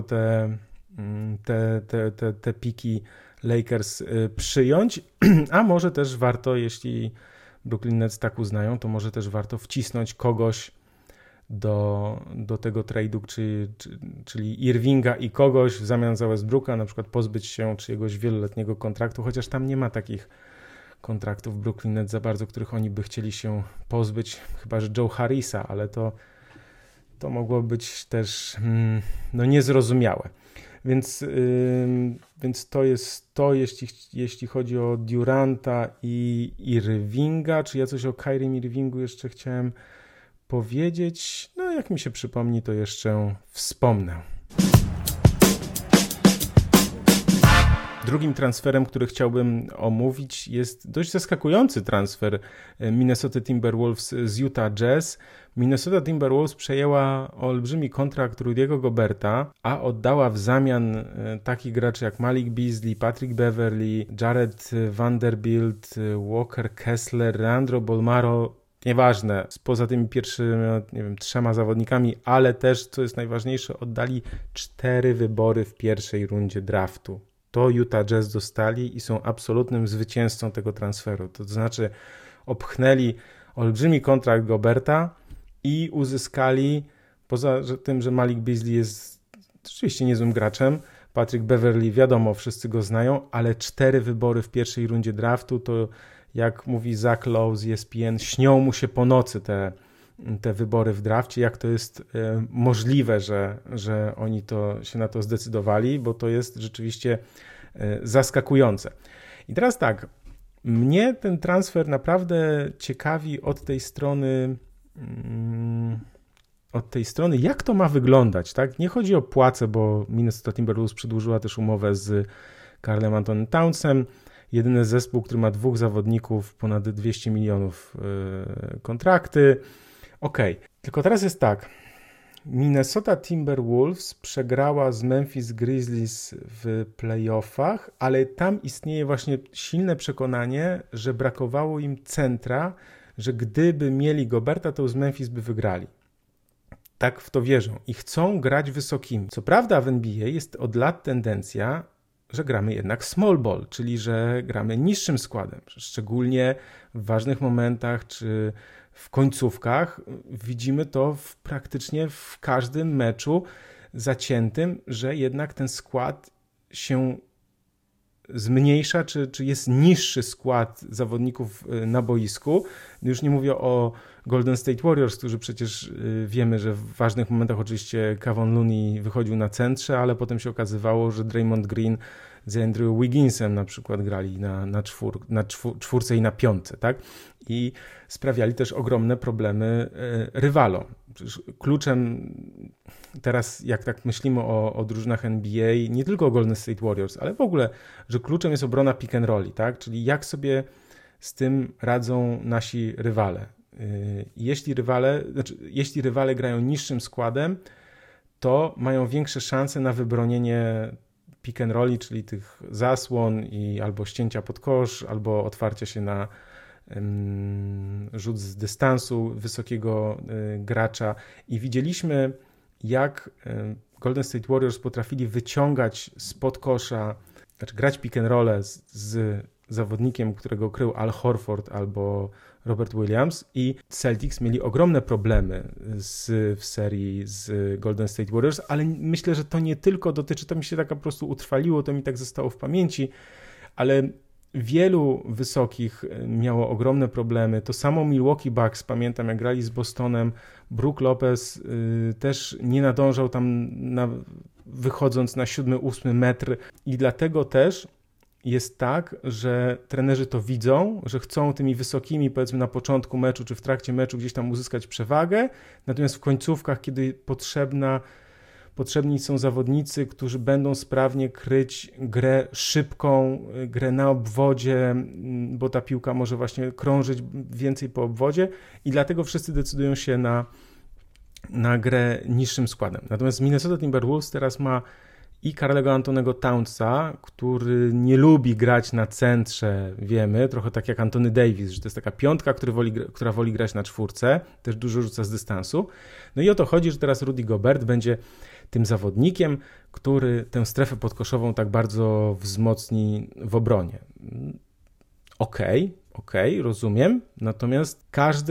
te piki Lakers przyjąć, a może też warto, jeśli Brooklyn Nets tak uznają, to może też warto wcisnąć kogoś do tego trade'u, czyli Irvinga i kogoś w zamian za Westbrooka, na przykład pozbyć się czyjegoś wieloletniego kontraktu, chociaż tam nie ma takich kontraktów Brooklyn Nets za bardzo, których oni by chcieli się pozbyć, chyba że Joe Harrisa, ale to mogło być też niezrozumiałe. Więc to jest to, jeśli chodzi o Duranta i Irvinga. Czy ja coś o Kyrie Irvingu jeszcze chciałem powiedzieć? No jak mi się przypomni, to jeszcze wspomnę. Drugim transferem, który chciałbym omówić, jest dość zaskakujący transfer Minnesota Timberwolves z Utah Jazz. Minnesota Timberwolves przejęła olbrzymi kontrakt Rudy'ego Goberta, a oddała w zamian takich graczy jak Malik Beasley, Patrick Beverley, Jared Vanderbilt, Walker Kessler, Leandro Bolmaro, nieważne, poza tymi pierwszymi, 3 zawodnikami, ale też, co jest najważniejsze, oddali 4 wybory w pierwszej rundzie draftu. To Utah Jazz dostali i są absolutnym zwycięzcą tego transferu. To znaczy opchnęli olbrzymi kontrakt Goberta i uzyskali, poza tym, że Malik Beasley jest rzeczywiście niezłym graczem, Patrick Beverley, wiadomo, wszyscy go znają, ale 4 wybory w pierwszej rundzie draftu, to jak mówi Zach Lowe z ESPN, śnią mu się po nocy te wybory w drafcie, jak to jest możliwe, że oni się na to zdecydowali, bo to jest rzeczywiście zaskakujące. I teraz tak, mnie ten transfer naprawdę ciekawi od tej strony, jak to ma wyglądać, tak? Nie chodzi o płace, bo Minnesota Timberwolves przedłużyła też umowę z Karlem Anthony Townsem. Jedyny zespół, który ma 2 zawodników, ponad 200 milionów kontrakty. Okej, tylko teraz jest tak. Minnesota Timberwolves przegrała z Memphis Grizzlies w playoffach, ale tam istnieje właśnie silne przekonanie, że brakowało im centra, że gdyby mieli Goberta, to z Memphis by wygrali. Tak w to wierzą i chcą grać wysokimi. Co prawda w NBA jest od lat tendencja, że gramy jednak small ball, czyli że gramy niższym składem. Szczególnie w ważnych momentach czy w końcówkach widzimy to praktycznie w każdym meczu zaciętym, że jednak ten skład się zmniejsza, czy jest niższy skład zawodników na boisku. Już nie mówię o Golden State Warriors, którzy przecież wiemy, że w ważnych momentach oczywiście Kevon Looney wychodził na centrze, ale potem się okazywało, że Draymond Green z Andrew Wigginsem na przykład grali na czwórce i na piątce, tak? I sprawiali też ogromne problemy rywalom. Przecież kluczem teraz, jak tak myślimy o drużynach NBA, nie tylko o Golden State Warriors, ale w ogóle, że kluczem jest obrona pick and rolli, tak? Czyli jak sobie z tym radzą nasi rywale. Jeśli rywale grają niższym składem, to mają większe szanse na wybronienie pick and rolli, czyli tych zasłon i albo ścięcia pod kosz, albo otwarcia się na rzut z dystansu wysokiego gracza. I widzieliśmy, jak Golden State Warriors potrafili wyciągać spod kosza, znaczy grać pick and roll z zawodnikiem, którego krył Al Horford albo Robert Williams, i Celtics mieli ogromne problemy w serii z Golden State Warriors, ale myślę, że to nie tylko dotyczy, to mi się tak po prostu utrwaliło, to mi tak zostało w pamięci, ale wielu wysokich miało ogromne problemy. To samo Milwaukee Bucks, pamiętam jak grali z Bostonem, Brook Lopez też nie nadążał tam wychodząc na 7-8 metr i dlatego też jest tak, że trenerzy to widzą, że chcą tymi wysokimi, powiedzmy na początku meczu czy w trakcie meczu gdzieś tam uzyskać przewagę, natomiast w końcówkach, kiedy potrzebni są zawodnicy, którzy będą sprawnie kryć grę szybką, grę na obwodzie, bo ta piłka może właśnie krążyć więcej po obwodzie i dlatego wszyscy decydują się na grę niższym składem. Natomiast Minnesota Timberwolves teraz ma i Karlego Antonego Townsa, który nie lubi grać na centrze, wiemy, trochę tak jak Anthony Davis, że to jest taka piątka, która woli grać na czwórce, też dużo rzuca z dystansu. No i o to chodzi, że teraz Rudy Gobert będzie tym zawodnikiem, który tę strefę podkoszową tak bardzo wzmocni w obronie. Okej, rozumiem, natomiast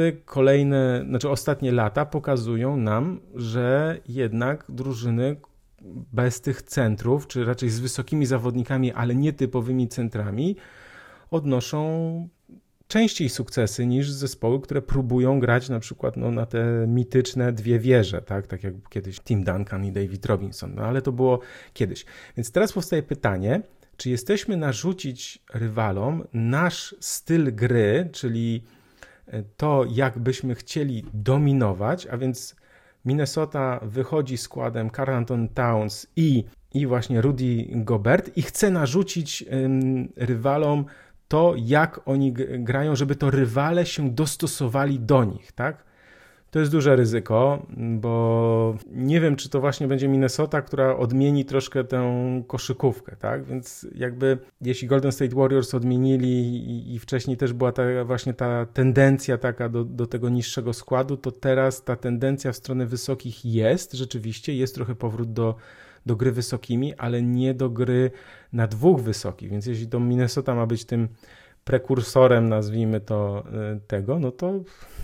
ostatnie lata pokazują nam, że jednak drużyny bez tych centrów, czy raczej z wysokimi zawodnikami, ale nietypowymi centrami, odnoszą częściej sukcesy niż zespoły, które próbują grać na przykład na te mityczne dwie wieże, tak jak kiedyś Tim Duncan i David Robinson, ale to było kiedyś. Więc teraz powstaje pytanie, czy jesteśmy narzucić rywalom nasz styl gry, czyli to, jak byśmy chcieli dominować, a więc Minnesota wychodzi składem Karl Anthony Towns i właśnie Rudy Gobert i chce narzucić rywalom to, jak oni grają, żeby to rywale się dostosowali do nich, tak? To jest duże ryzyko, bo nie wiem, czy to właśnie będzie Minnesota, która odmieni troszkę tę koszykówkę, tak? Więc jakby jeśli Golden State Warriors odmienili i wcześniej też była ta tendencja taka do tego niższego składu, to teraz ta tendencja w stronę wysokich jest, rzeczywiście jest trochę powrót do gry wysokimi, ale nie do gry na dwóch wysokich, więc jeśli to Minnesota ma być tym prekursorem, nazwijmy to tego, no to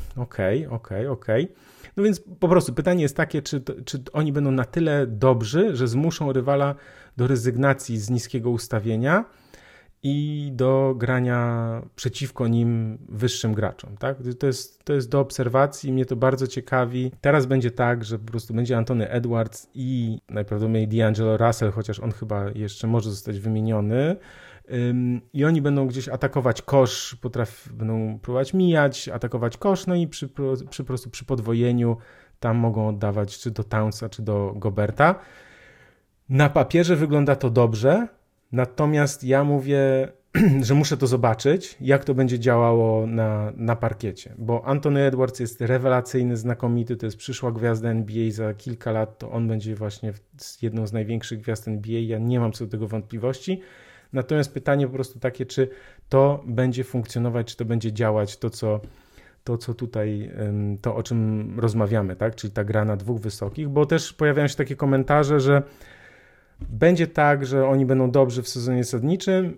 okej. No więc po prostu pytanie jest takie, czy oni będą na tyle dobrzy, że zmuszą rywala do rezygnacji z niskiego ustawienia i do grania przeciwko nim wyższym graczom, tak? To jest do obserwacji, mnie to bardzo ciekawi. Teraz będzie tak, że po prostu będzie Anthony Edwards i najprawdopodobniej D'Angelo Russell, chociaż on chyba jeszcze może zostać wymieniony, i oni będą gdzieś atakować kosz, będą próbować mijać, atakować kosz, no i po prostu przy podwojeniu tam mogą oddawać czy do Townsa, czy do Goberta. Na papierze wygląda to dobrze, natomiast ja mówię, że muszę to zobaczyć, jak to będzie działało na parkiecie, bo Anthony Edwards jest rewelacyjny, znakomity, to jest przyszła gwiazda NBA, za kilka lat to on będzie właśnie jedną z największych gwiazd NBA, ja nie mam co do tego wątpliwości. Natomiast pytanie po prostu takie, czy to będzie funkcjonować, czy to będzie działać, to co tutaj, to o czym rozmawiamy, tak? Czyli ta gra na dwóch wysokich, bo też pojawiają się takie komentarze, że będzie tak, że oni będą dobrzy w sezonie zasadniczym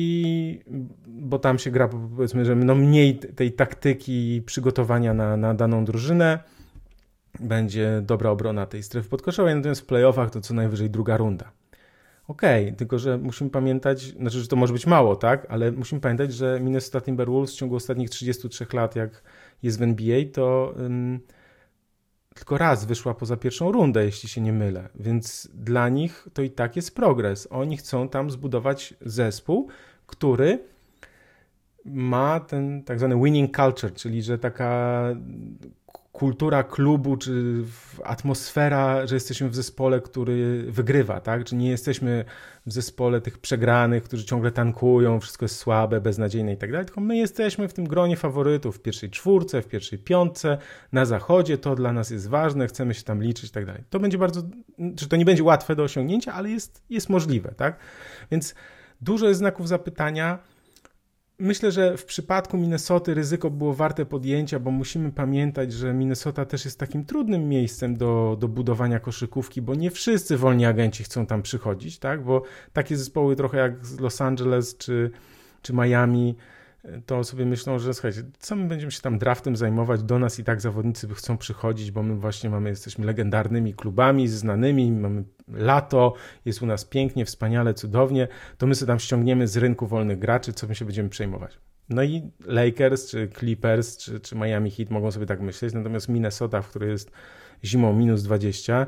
bo tam się gra, powiedzmy, że mniej tej taktyki przygotowania na daną drużynę, będzie dobra obrona tej strefy podkoszowej, natomiast w playoffach to co najwyżej druga runda. Tylko że musimy pamiętać, że to może być mało, tak? Ale musimy pamiętać, że Minnesota Timberwolves w ciągu ostatnich 33 lat, jak jest w NBA, to tylko raz wyszła poza pierwszą rundę, jeśli się nie mylę. Więc dla nich to i tak jest progres. Oni chcą tam zbudować zespół, który ma ten tak zwany winning culture, czyli że taka kultura klubu, czy atmosfera, że jesteśmy w zespole, który wygrywa, tak? Czy nie jesteśmy w zespole tych przegranych, którzy ciągle tankują, wszystko jest słabe, beznadziejne i tak dalej, tylko my jesteśmy w tym gronie faworytów, w pierwszej czwórce, w pierwszej piątce, na zachodzie, to dla nas jest ważne, chcemy się tam liczyć i tak dalej. To będzie to nie będzie łatwe do osiągnięcia, ale jest możliwe, tak? Więc dużo jest znaków zapytania. Myślę, że w przypadku Minnesoty ryzyko było warte podjęcia, bo musimy pamiętać, że Minnesota też jest takim trudnym miejscem do budowania koszykówki, bo nie wszyscy wolni agenci chcą tam przychodzić, tak? Bo takie zespoły trochę jak Los Angeles czy Miami, to sobie myślą, że słuchajcie, co my będziemy się tam draftem zajmować, do nas i tak zawodnicy chcą przychodzić, bo my właśnie jesteśmy legendarnymi klubami, znanymi, mamy lato, jest u nas pięknie, wspaniale, cudownie, to my sobie tam ściągniemy z rynku wolnych graczy, co my się będziemy przejmować. No i Lakers, czy Clippers, czy Miami Heat mogą sobie tak myśleć, natomiast Minnesota, w której jest zimą minus 20,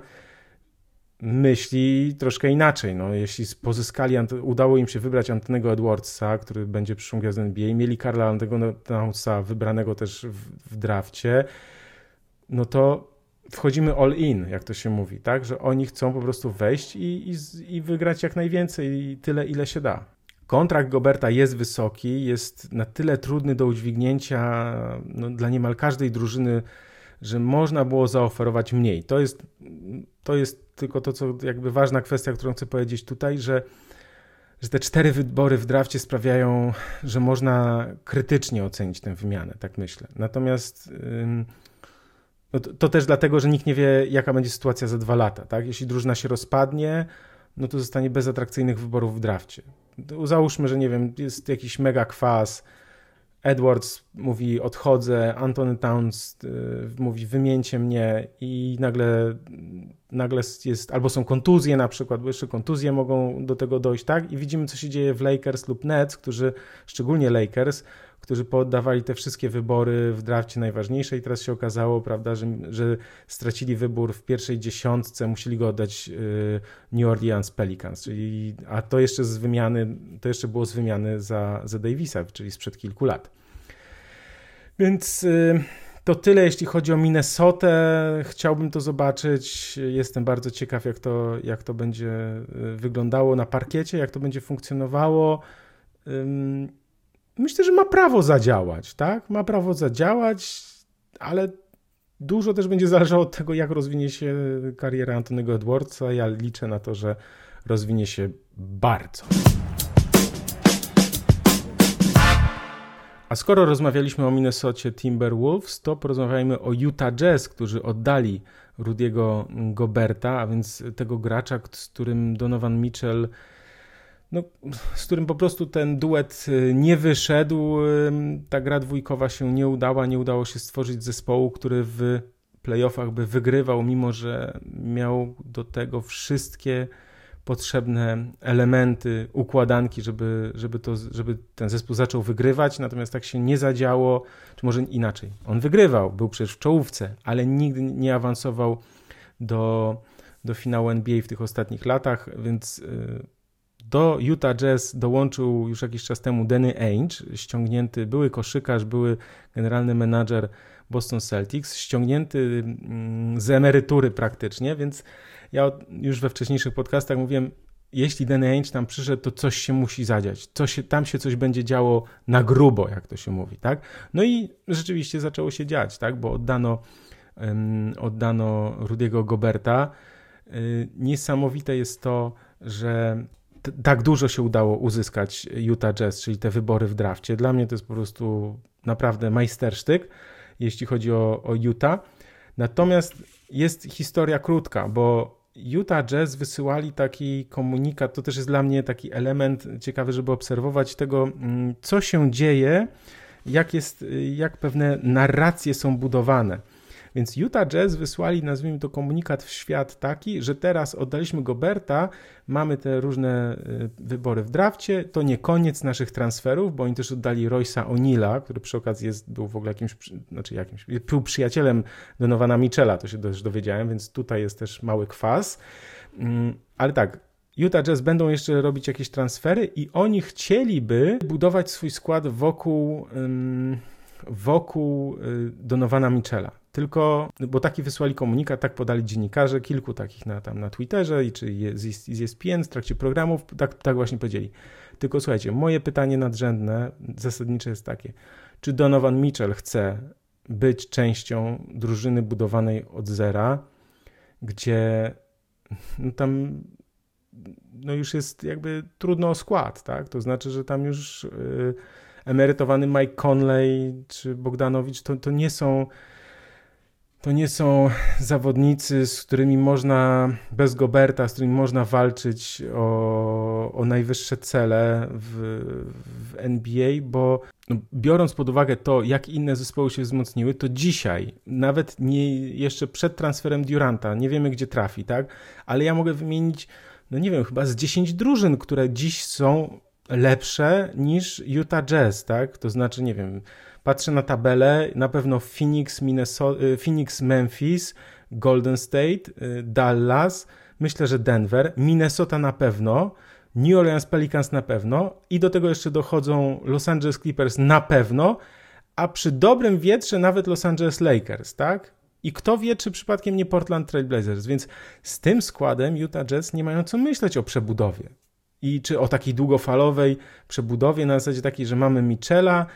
myśli troszkę inaczej. No, jeśli udało im się wybrać Antonego Edwardsa, który będzie przyszłą gwiazdą NBA, mieli Karla Antonego Townsa wybranego też w drafcie, no to wchodzimy all in, jak to się mówi, tak? Że oni chcą po prostu wejść i wygrać jak najwięcej, tyle ile się da. Kontrakt Goberta jest wysoki, jest na tyle trudny do udźwignięcia dla niemal każdej drużyny, że można było zaoferować mniej. To jest to jest tylko to, co jakby ważna kwestia, którą chcę powiedzieć tutaj, że te 4 wybory w drafcie sprawiają, że można krytycznie ocenić tę wymianę, tak myślę. Natomiast no to też dlatego, że nikt nie wie, jaka będzie sytuacja za 2 lata. Tak? Jeśli drużyna się rozpadnie, no to zostanie bez atrakcyjnych wyborów w drafcie. Załóżmy, że nie wiem, jest jakiś mega kwas, Edwards mówi odchodzę, Anthony Towns mówi wymieńcie mnie i nagle jest, albo są kontuzje na przykład, bo jeszcze kontuzje mogą do tego dojść, tak? I widzimy, co się dzieje w Lakers lub Nets, szczególnie Lakers, którzy poddawali te wszystkie wybory w drafcie najważniejsze i teraz się okazało, prawda, że stracili wybór w pierwszej 10, musieli go oddać New Orleans Pelicans, a to jeszcze było z wymiany za Davisa, czyli sprzed kilku lat. Więc to tyle, jeśli chodzi o Minnesotę. Chciałbym to zobaczyć. Jestem bardzo ciekaw, jak to będzie wyglądało na parkiecie, jak to będzie funkcjonowało. Myślę, że ma prawo zadziałać, tak? Ma prawo zadziałać, ale dużo też będzie zależało od tego, jak rozwinie się kariera Anthony'ego Edwardsa. Ja liczę na to, że rozwinie się bardzo. A skoro rozmawialiśmy o Minnesocie Timberwolves, to porozmawiajmy o Utah Jazz, którzy oddali Rudy'ego Goberta, a więc tego gracza, z którym Donovan Mitchell, z którym po prostu ten duet nie wyszedł. Ta gra dwójkowa się nie udała, nie udało się stworzyć zespołu, który w playoffach by wygrywał, mimo że miał do tego wszystkie potrzebne elementy, układanki, żeby ten zespół zaczął wygrywać, natomiast tak się nie zadziało, czy może inaczej. On wygrywał, był przecież w czołówce, ale nigdy nie awansował do finału NBA w tych ostatnich latach, więc do Utah Jazz dołączył już jakiś czas temu Danny Ainge, ściągnięty, były koszykarz, były generalny menadżer Boston Celtics, ściągnięty z emerytury praktycznie, więc ja już we wcześniejszych podcastach mówiłem, jeśli Danny Ainge tam przyszedł, to coś się musi zadziać, tam się coś będzie działo na grubo, jak to się mówi, tak? No i rzeczywiście zaczęło się dziać, tak? Bo oddano Rudy'ego Goberta. Niesamowite jest to, że tak dużo się udało uzyskać Utah Jazz, czyli te wybory w drafcie. Dla mnie to jest po prostu naprawdę majstersztyk, jeśli chodzi o Utah. Natomiast jest historia krótka, bo Utah Jazz wysyłali taki komunikat, to też jest dla mnie taki element ciekawy, żeby obserwować tego, co się dzieje, jak pewne narracje są budowane. Więc Utah Jazz wysłali, nazwijmy to, komunikat w świat taki, że teraz oddaliśmy Goberta, mamy te różne wybory w drafcie, to nie koniec naszych transferów, bo oni też oddali Royce'a O'Neala, który przy okazji był w ogóle był przyjacielem Donovana Mitchella, to się też dowiedziałem, więc tutaj jest też mały kwas. Ale tak, Utah Jazz będą jeszcze robić jakieś transfery i oni chcieliby budować swój skład wokół Donovana Mitchella. Bo taki wysłali komunikat, tak podali dziennikarze, kilku takich na Twitterze czy z ESPN w trakcie programów, tak właśnie powiedzieli. Tylko słuchajcie, moje pytanie nadrzędne, zasadnicze jest takie, czy Donovan Mitchell chce być częścią drużyny budowanej od zera, gdzie tam już jest jakby trudno o skład, tak? To znaczy, że tam już emerytowany Mike Conley czy Bogdanowicz to nie są zawodnicy, z którymi można, bez Goberta, z którymi można walczyć o najwyższe cele w NBA, bo biorąc pod uwagę to, jak inne zespoły się wzmocniły, to dzisiaj, nawet nie jeszcze przed transferem Duranta, nie wiemy, gdzie trafi, tak? Ale ja mogę wymienić, nie wiem, chyba z 10 drużyn, które dziś są lepsze niż Utah Jazz, tak? To znaczy, nie wiem, patrzę na tabelę, na pewno Phoenix, Memphis, Golden State, Dallas, myślę, że Denver, Minnesota na pewno, New Orleans Pelicans na pewno i do tego jeszcze dochodzą Los Angeles Clippers na pewno, a przy dobrym wietrze nawet Los Angeles Lakers, tak? I kto wie, czy przypadkiem nie Portland Trail Blazers, więc z tym składem Utah Jazz nie mają co myśleć o przebudowie. I czy o takiej długofalowej przebudowie na zasadzie takiej, że mamy Mitchella,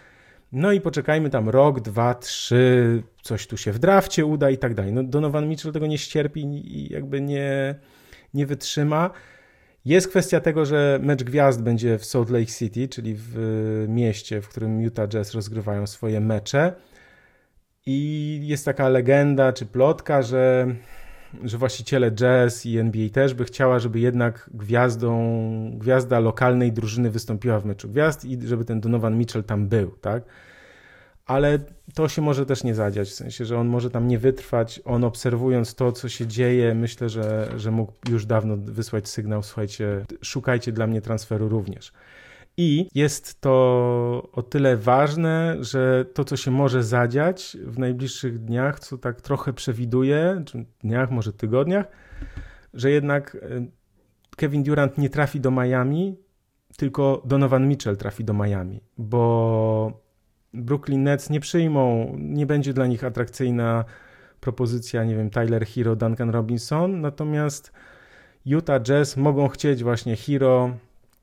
No i poczekajmy tam rok, 2, 3, coś tu się w drafcie uda i tak dalej. No Donovan Mitchell tego nie ścierpi i jakby nie wytrzyma. Jest kwestia tego, że mecz gwiazd będzie w Salt Lake City, czyli w mieście, w którym Utah Jazz rozgrywają swoje mecze. I jest taka legenda czy plotka, że właściciele Jazz i NBA też by chciała, żeby jednak gwiazda lokalnej drużyny wystąpiła w meczu gwiazd i żeby ten Donovan Mitchell tam był, tak? Ale to się może też nie zadziać, w sensie, że on może tam nie wytrwać. On obserwując to, co się dzieje, myślę, że mógł już dawno wysłać sygnał, słuchajcie, szukajcie dla mnie transferu również. I jest to o tyle ważne, że to, co się może zadziać w najbliższych dniach, co tak trochę przewiduję, czy dniach, może tygodniach, że jednak Kevin Durant nie trafi do Miami, tylko Donovan Mitchell trafi do Miami, bo Brooklyn Nets nie przyjmą, nie będzie dla nich atrakcyjna propozycja, nie wiem, Tyler Hero, Duncan Robinson, natomiast Utah Jazz mogą chcieć właśnie Hero,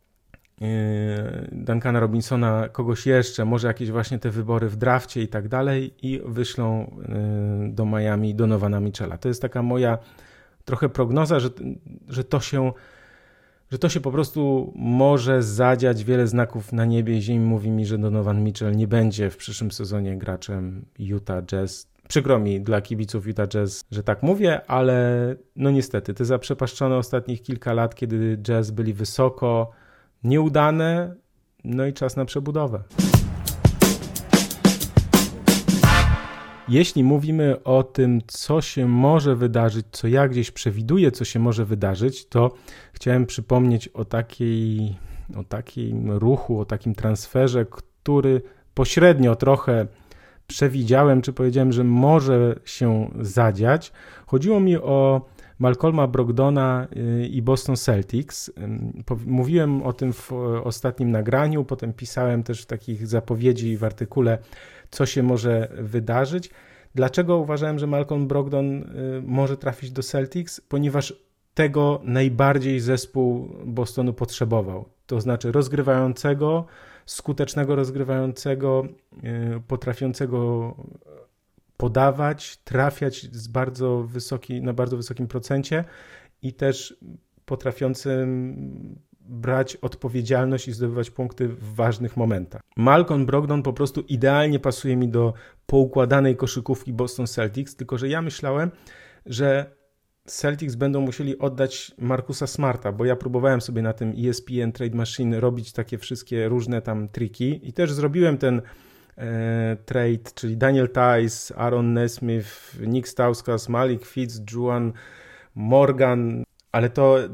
Duncana Robinsona, kogoś jeszcze, może jakieś właśnie te wybory w drafcie i tak dalej i wyślą do Miami Donovana Mitchella. To jest taka moja trochę prognoza, że to się po prostu może zadziać. Wiele znaków na niebie i ziemi mówi mi, że Donovan Mitchell nie będzie w przyszłym sezonie graczem Utah Jazz. Przykro mi dla kibiców Utah Jazz, że tak mówię, ale no niestety te zaprzepaszczone ostatnich kilka lat, kiedy Jazz byli wysoko, nieudane, no i czas na przebudowę. Jeśli mówimy o tym, co się może wydarzyć, co ja gdzieś przewiduję, co się może wydarzyć, to chciałem przypomnieć o takim ruchu, o takim transferze, który pośrednio trochę przewidziałem, czy powiedziałem, że może się zadziać. Chodziło mi o Malcolma Brogdona i Boston Celtics. Mówiłem o tym w ostatnim nagraniu, potem pisałem też w takich zapowiedzi w artykule, co się może wydarzyć. Dlaczego uważałem, że Malcolm Brogdon może trafić do Celtics? Ponieważ tego najbardziej zespół Bostonu potrzebował. To znaczy rozgrywającego, skutecznego rozgrywającego, potrafiącego podawać, trafiać na bardzo wysokim procencie i też potrafiącym brać odpowiedzialność i zdobywać punkty w ważnych momentach. Malcolm Brogdon po prostu idealnie pasuje mi do poukładanej koszykówki Boston Celtics, tylko że ja myślałem, że Celtics będą musieli oddać Marcusa Smarta, bo ja próbowałem sobie na tym ESPN Trade Machine robić takie wszystkie różne tam triki i też zrobiłem ten trade, czyli Daniel Tice, Aaron Nesmith, Nick Stauskas, Malik Fitz, Juwan Morgan, ale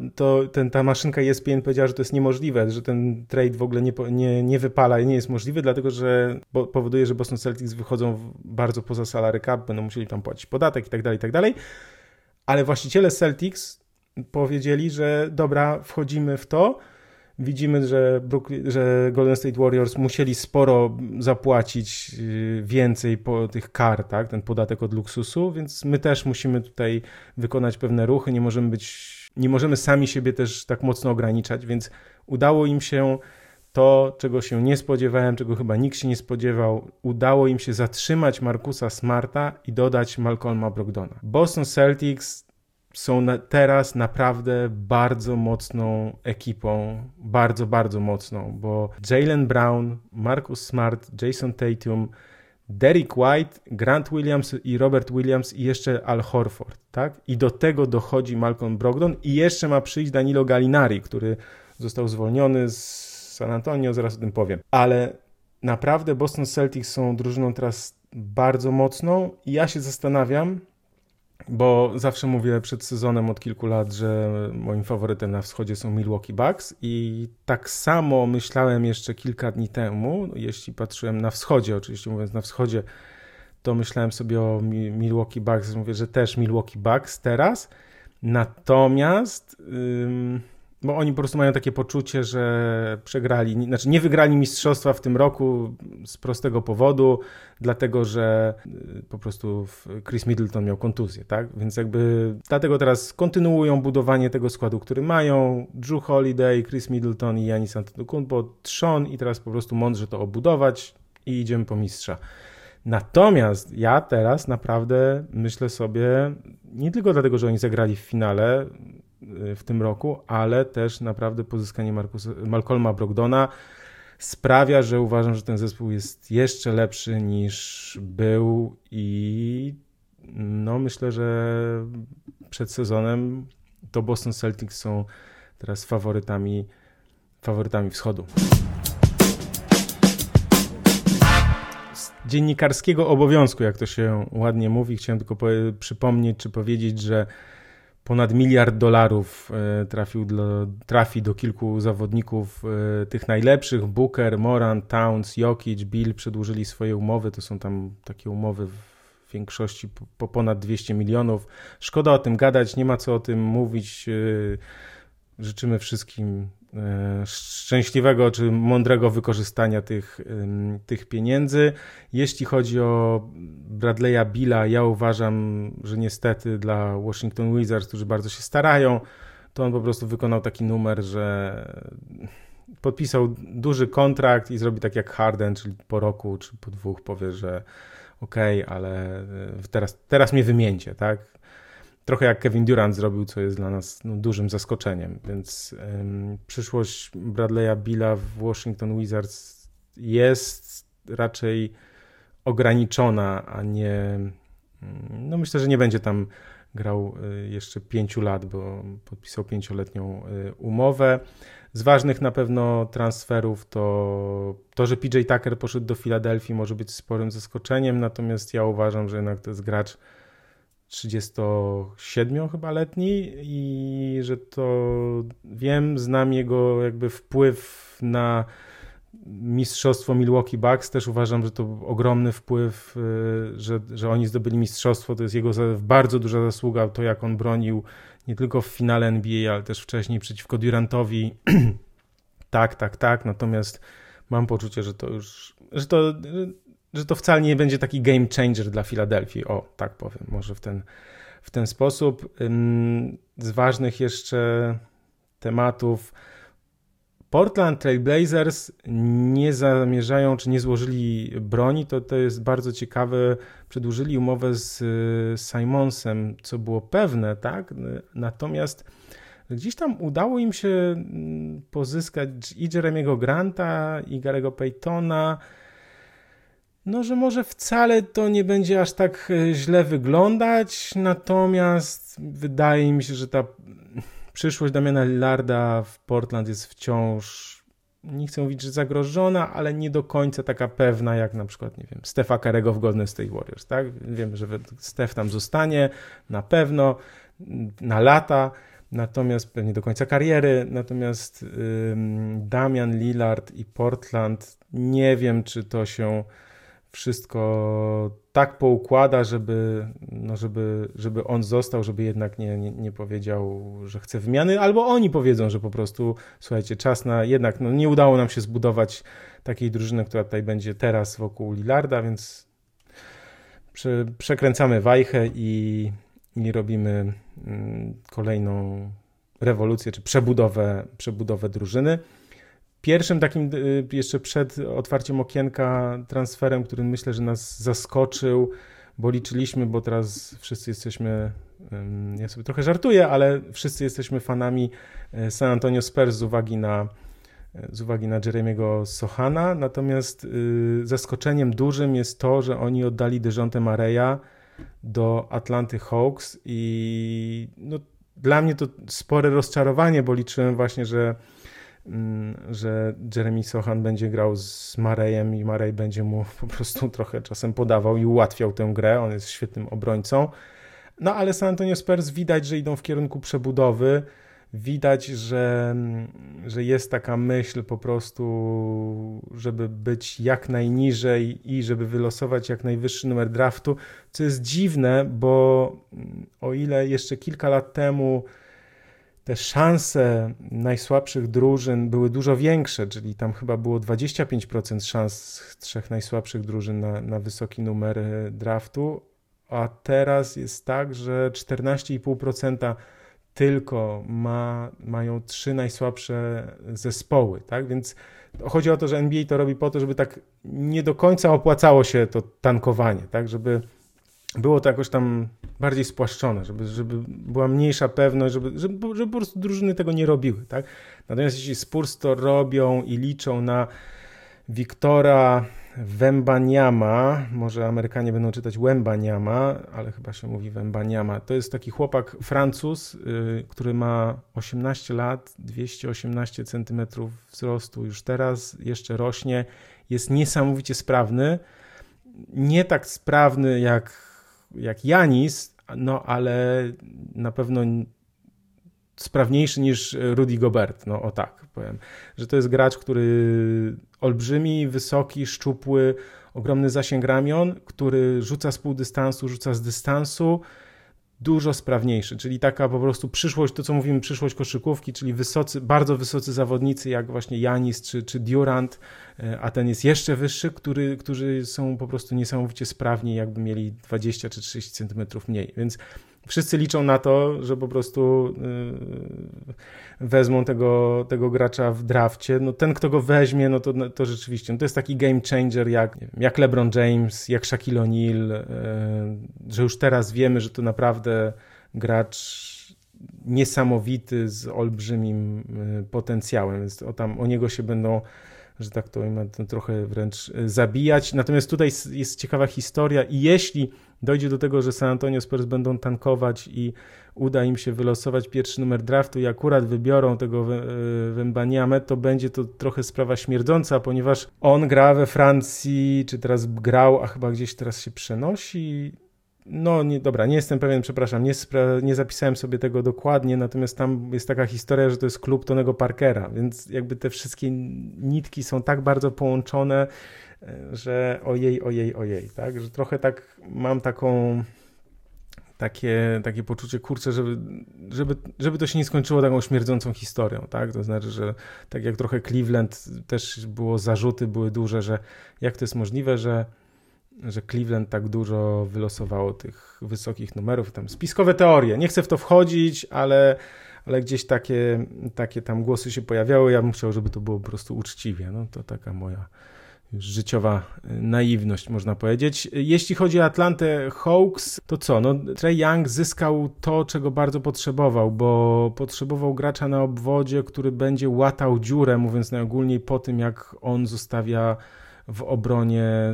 ta maszynka ESPN powiedziała, że to jest niemożliwe, że ten trade w ogóle nie wypala i nie jest możliwy, dlatego że powoduje, że Boston Celtics wychodzą bardzo poza salary cap, będą musieli tam płacić podatek i tak dalej, ale właściciele Celtics powiedzieli, że dobra, wchodzimy w to. Widzimy, że Golden State Warriors musieli sporo zapłacić więcej po tych kar, tak? Ten podatek od luksusu, więc my też musimy tutaj wykonać pewne ruchy, nie możemy sami siebie też tak mocno ograniczać, więc udało im się to, czego się nie spodziewałem, czego chyba nikt się nie spodziewał, udało im się zatrzymać Marcusa Smarta i dodać Malcolma Brogdona. Boston Celtics są teraz naprawdę bardzo mocną ekipą, bardzo, bardzo mocną, bo Jaylen Brown, Marcus Smart, Jason Tatum, Derrick White, Grant Williams i Robert Williams i jeszcze Al Horford, tak? I do tego dochodzi Malcolm Brogdon i jeszcze ma przyjść Danilo Gallinari, który został zwolniony z San Antonio, zaraz o tym powiem. Ale naprawdę Boston Celtics są drużyną teraz bardzo mocną i ja się zastanawiam, bo zawsze mówię przed sezonem od kilku lat, że moim faworytem na wschodzie są Milwaukee Bucks i tak samo myślałem jeszcze kilka dni temu, jeśli patrzyłem na wschodzie, oczywiście mówiąc na wschodzie, to myślałem sobie o Milwaukee Bucks, mówię, że też Milwaukee Bucks teraz, natomiast bo oni po prostu mają takie poczucie, że przegrali, znaczy nie wygrali mistrzostwa w tym roku z prostego powodu, dlatego że po prostu Chris Middleton miał kontuzję, tak? Więc jakby dlatego teraz kontynuują budowanie tego składu, który mają. Drew Holiday, Chris Middleton i Giannis Antetokounmpo trzon i teraz po prostu mądrze to obudować i idziemy po mistrza. Natomiast ja teraz naprawdę myślę sobie, nie tylko dlatego, że oni zagrali w finale w tym roku, ale też naprawdę pozyskanie Malcolma Brogdona sprawia, że uważam, że ten zespół jest jeszcze lepszy niż był i no myślę, że przed sezonem to Boston Celtics są teraz faworytami wschodu. Z dziennikarskiego obowiązku, jak to się ładnie mówi, chciałem tylko przypomnieć czy powiedzieć, że ponad $1 miliard trafi do kilku zawodników tych najlepszych. Booker, Morant, Towns, Jokic, Bill przedłużyli swoje umowy. To są tam takie umowy w większości po ponad 200 milionów. Szkoda o tym gadać, nie ma co o tym mówić. Życzymy wszystkim szczęśliwego czy mądrego wykorzystania tych pieniędzy. Jeśli chodzi o Bradley'a Billa, ja uważam, że niestety dla Washington Wizards, którzy bardzo się starają, to on po prostu wykonał taki numer, że podpisał duży kontrakt i zrobi tak jak Harden, czyli po roku czy po 2 powie, że okej, ale teraz mnie wymieńcie, tak? Trochę jak Kevin Durant zrobił, co jest dla nas dużym zaskoczeniem, więc przyszłość Bradley'a Billa w Washington Wizards jest raczej ograniczona, a nie... No myślę, że nie będzie tam grał jeszcze 5 lat, bo podpisał 5-letnią umowę. Z ważnych na pewno transferów to, że PJ Tucker poszedł do Filadelfii może być sporym zaskoczeniem, natomiast ja uważam, że jednak to jest gracz 37 chyba letni i że to znam jego jakby wpływ na mistrzostwo Milwaukee Bucks, też uważam, że to ogromny wpływ, że oni zdobyli mistrzostwo, to jest jego bardzo duża zasługa, to jak on bronił nie tylko w finale NBA, ale też wcześniej przeciwko Durantowi. Tak, natomiast mam poczucie, że to wcale nie będzie taki game changer dla Filadelfii. O, tak powiem, może w ten sposób. Z ważnych jeszcze tematów Portland Trail Blazers nie zamierzają, czy nie złożyli broni, to jest bardzo ciekawe. Przedłużyli umowę z Simonsem, co było pewne, tak? Natomiast gdzieś tam udało im się pozyskać i Jeremiego Granta, i Garego Paytona, no, że może wcale to nie będzie aż tak źle wyglądać, natomiast wydaje mi się, że ta przyszłość Damiana Lillarda w Portland jest wciąż, nie chcę mówić, że zagrożona, ale nie do końca taka pewna, jak na przykład, nie wiem, Stefa Curry'ego w Golden State Warriors, tak? Wiemy, że Steph tam zostanie na pewno, na lata, natomiast pewnie do końca kariery, natomiast Damian Lillard i Portland, nie wiem, czy to się wszystko tak poukłada, żeby on został, żeby jednak nie powiedział, że chce wymiany, albo oni powiedzą, że po prostu słuchajcie, czas na jednak, nie udało nam się zbudować takiej drużyny, która tutaj będzie teraz wokół Lillarda, więc przekręcamy wajchę i robimy kolejną rewolucję, czy przebudowę drużyny. Pierwszym takim jeszcze przed otwarciem okienka transferem, który myślę, że nas zaskoczył, bo liczyliśmy, bo teraz wszyscy jesteśmy, ja sobie trochę żartuję, ale wszyscy jesteśmy fanami San Antonio Spurs z uwagi na Jeremiego Sohana, natomiast zaskoczeniem dużym jest to, że oni oddali Dejounte Murray'a do Atlanty Hawks i dla mnie to spore rozczarowanie, bo liczyłem właśnie, że Jeremy Sohan będzie grał z Murrayem i Murray będzie mu po prostu trochę czasem podawał i ułatwiał tę grę, on jest świetnym obrońcą. No ale San Antonio Spurs widać, że idą w kierunku przebudowy, widać, że jest taka myśl po prostu, żeby być jak najniżej i żeby wylosować jak najwyższy numer draftu, co jest dziwne, bo o ile jeszcze kilka lat temu te szanse najsłabszych drużyn były dużo większe, czyli tam chyba było 25% szans 3 najsłabszych drużyn na wysoki numer draftu, a teraz jest tak, że 14,5% tylko mają 3 najsłabsze zespoły, tak? Więc chodzi o to, że NBA to robi po to, żeby tak nie do końca opłacało się to tankowanie, tak? Żeby było to jakoś tam bardziej spłaszczone, żeby była mniejsza pewność, żeby po prostu drużyny tego nie robiły, tak? Natomiast jeśli Spurs to robią i liczą na Wiktora Wembanyama, może Amerykanie będą czytać Wembanyama, ale chyba się mówi Wembanyama. To jest taki chłopak Francuz, który ma 18 lat, 218 cm wzrostu już teraz, jeszcze rośnie, jest niesamowicie sprawny, nie tak sprawny jak Giannis, no ale na pewno sprawniejszy niż Rudy Gobert, no o tak powiem, że to jest gracz, który olbrzymi, wysoki, szczupły, ogromny zasięg ramion, który rzuca z półdystansu, rzuca z dystansu, dużo sprawniejszy, czyli taka po prostu przyszłość, to co mówimy, przyszłość koszykówki, czyli bardzo wysocy zawodnicy jak właśnie Giannis czy Durant, a ten jest jeszcze wyższy, którzy są po prostu niesamowicie sprawni, jakby mieli 20 czy 30 centymetrów mniej, więc wszyscy liczą na to, że po prostu wezmą tego gracza w drafcie. No ten, kto go weźmie, no to rzeczywiście, no to jest taki game changer jak LeBron James, jak Shaquille O'Neal, że już teraz wiemy, że to naprawdę gracz niesamowity z olbrzymim potencjałem, więc o niego się będą, że tak to powiem, trochę wręcz zabijać. Natomiast tutaj jest ciekawa historia i jeśli dojdzie do tego, że San Antonio Spurs będą tankować i uda im się wylosować pierwszy numer draftu i akurat wybiorą tego Wembanyamę, to będzie to trochę sprawa śmierdząca, ponieważ on gra we Francji, czy teraz grał, a chyba gdzieś teraz się przenosi. No nie jestem pewien, przepraszam, nie zapisałem sobie tego dokładnie, natomiast tam jest taka historia, że to jest klub Tonego Parkera, więc jakby te wszystkie nitki są tak bardzo połączone, że ojej, tak, że trochę tak mam takie poczucie, kurczę, żeby to się nie skończyło taką śmierdzącą historią, tak, to znaczy, że tak jak trochę Cleveland też zarzuty były duże, że jak to jest możliwe, że Cleveland tak dużo wylosowało tych wysokich numerów, tam spiskowe teorie. Nie chcę w to wchodzić, ale gdzieś takie tam głosy się pojawiały. Ja bym chciał, żeby to było po prostu uczciwie. No to taka moja już życiowa naiwność, można powiedzieć. Jeśli chodzi o Atlantę Hawks, to co? No, Trae Young zyskał to, czego bardzo potrzebował, bo potrzebował gracza na obwodzie, który będzie łatał dziurę, mówiąc najogólniej, po tym, jak on zostawia w obronie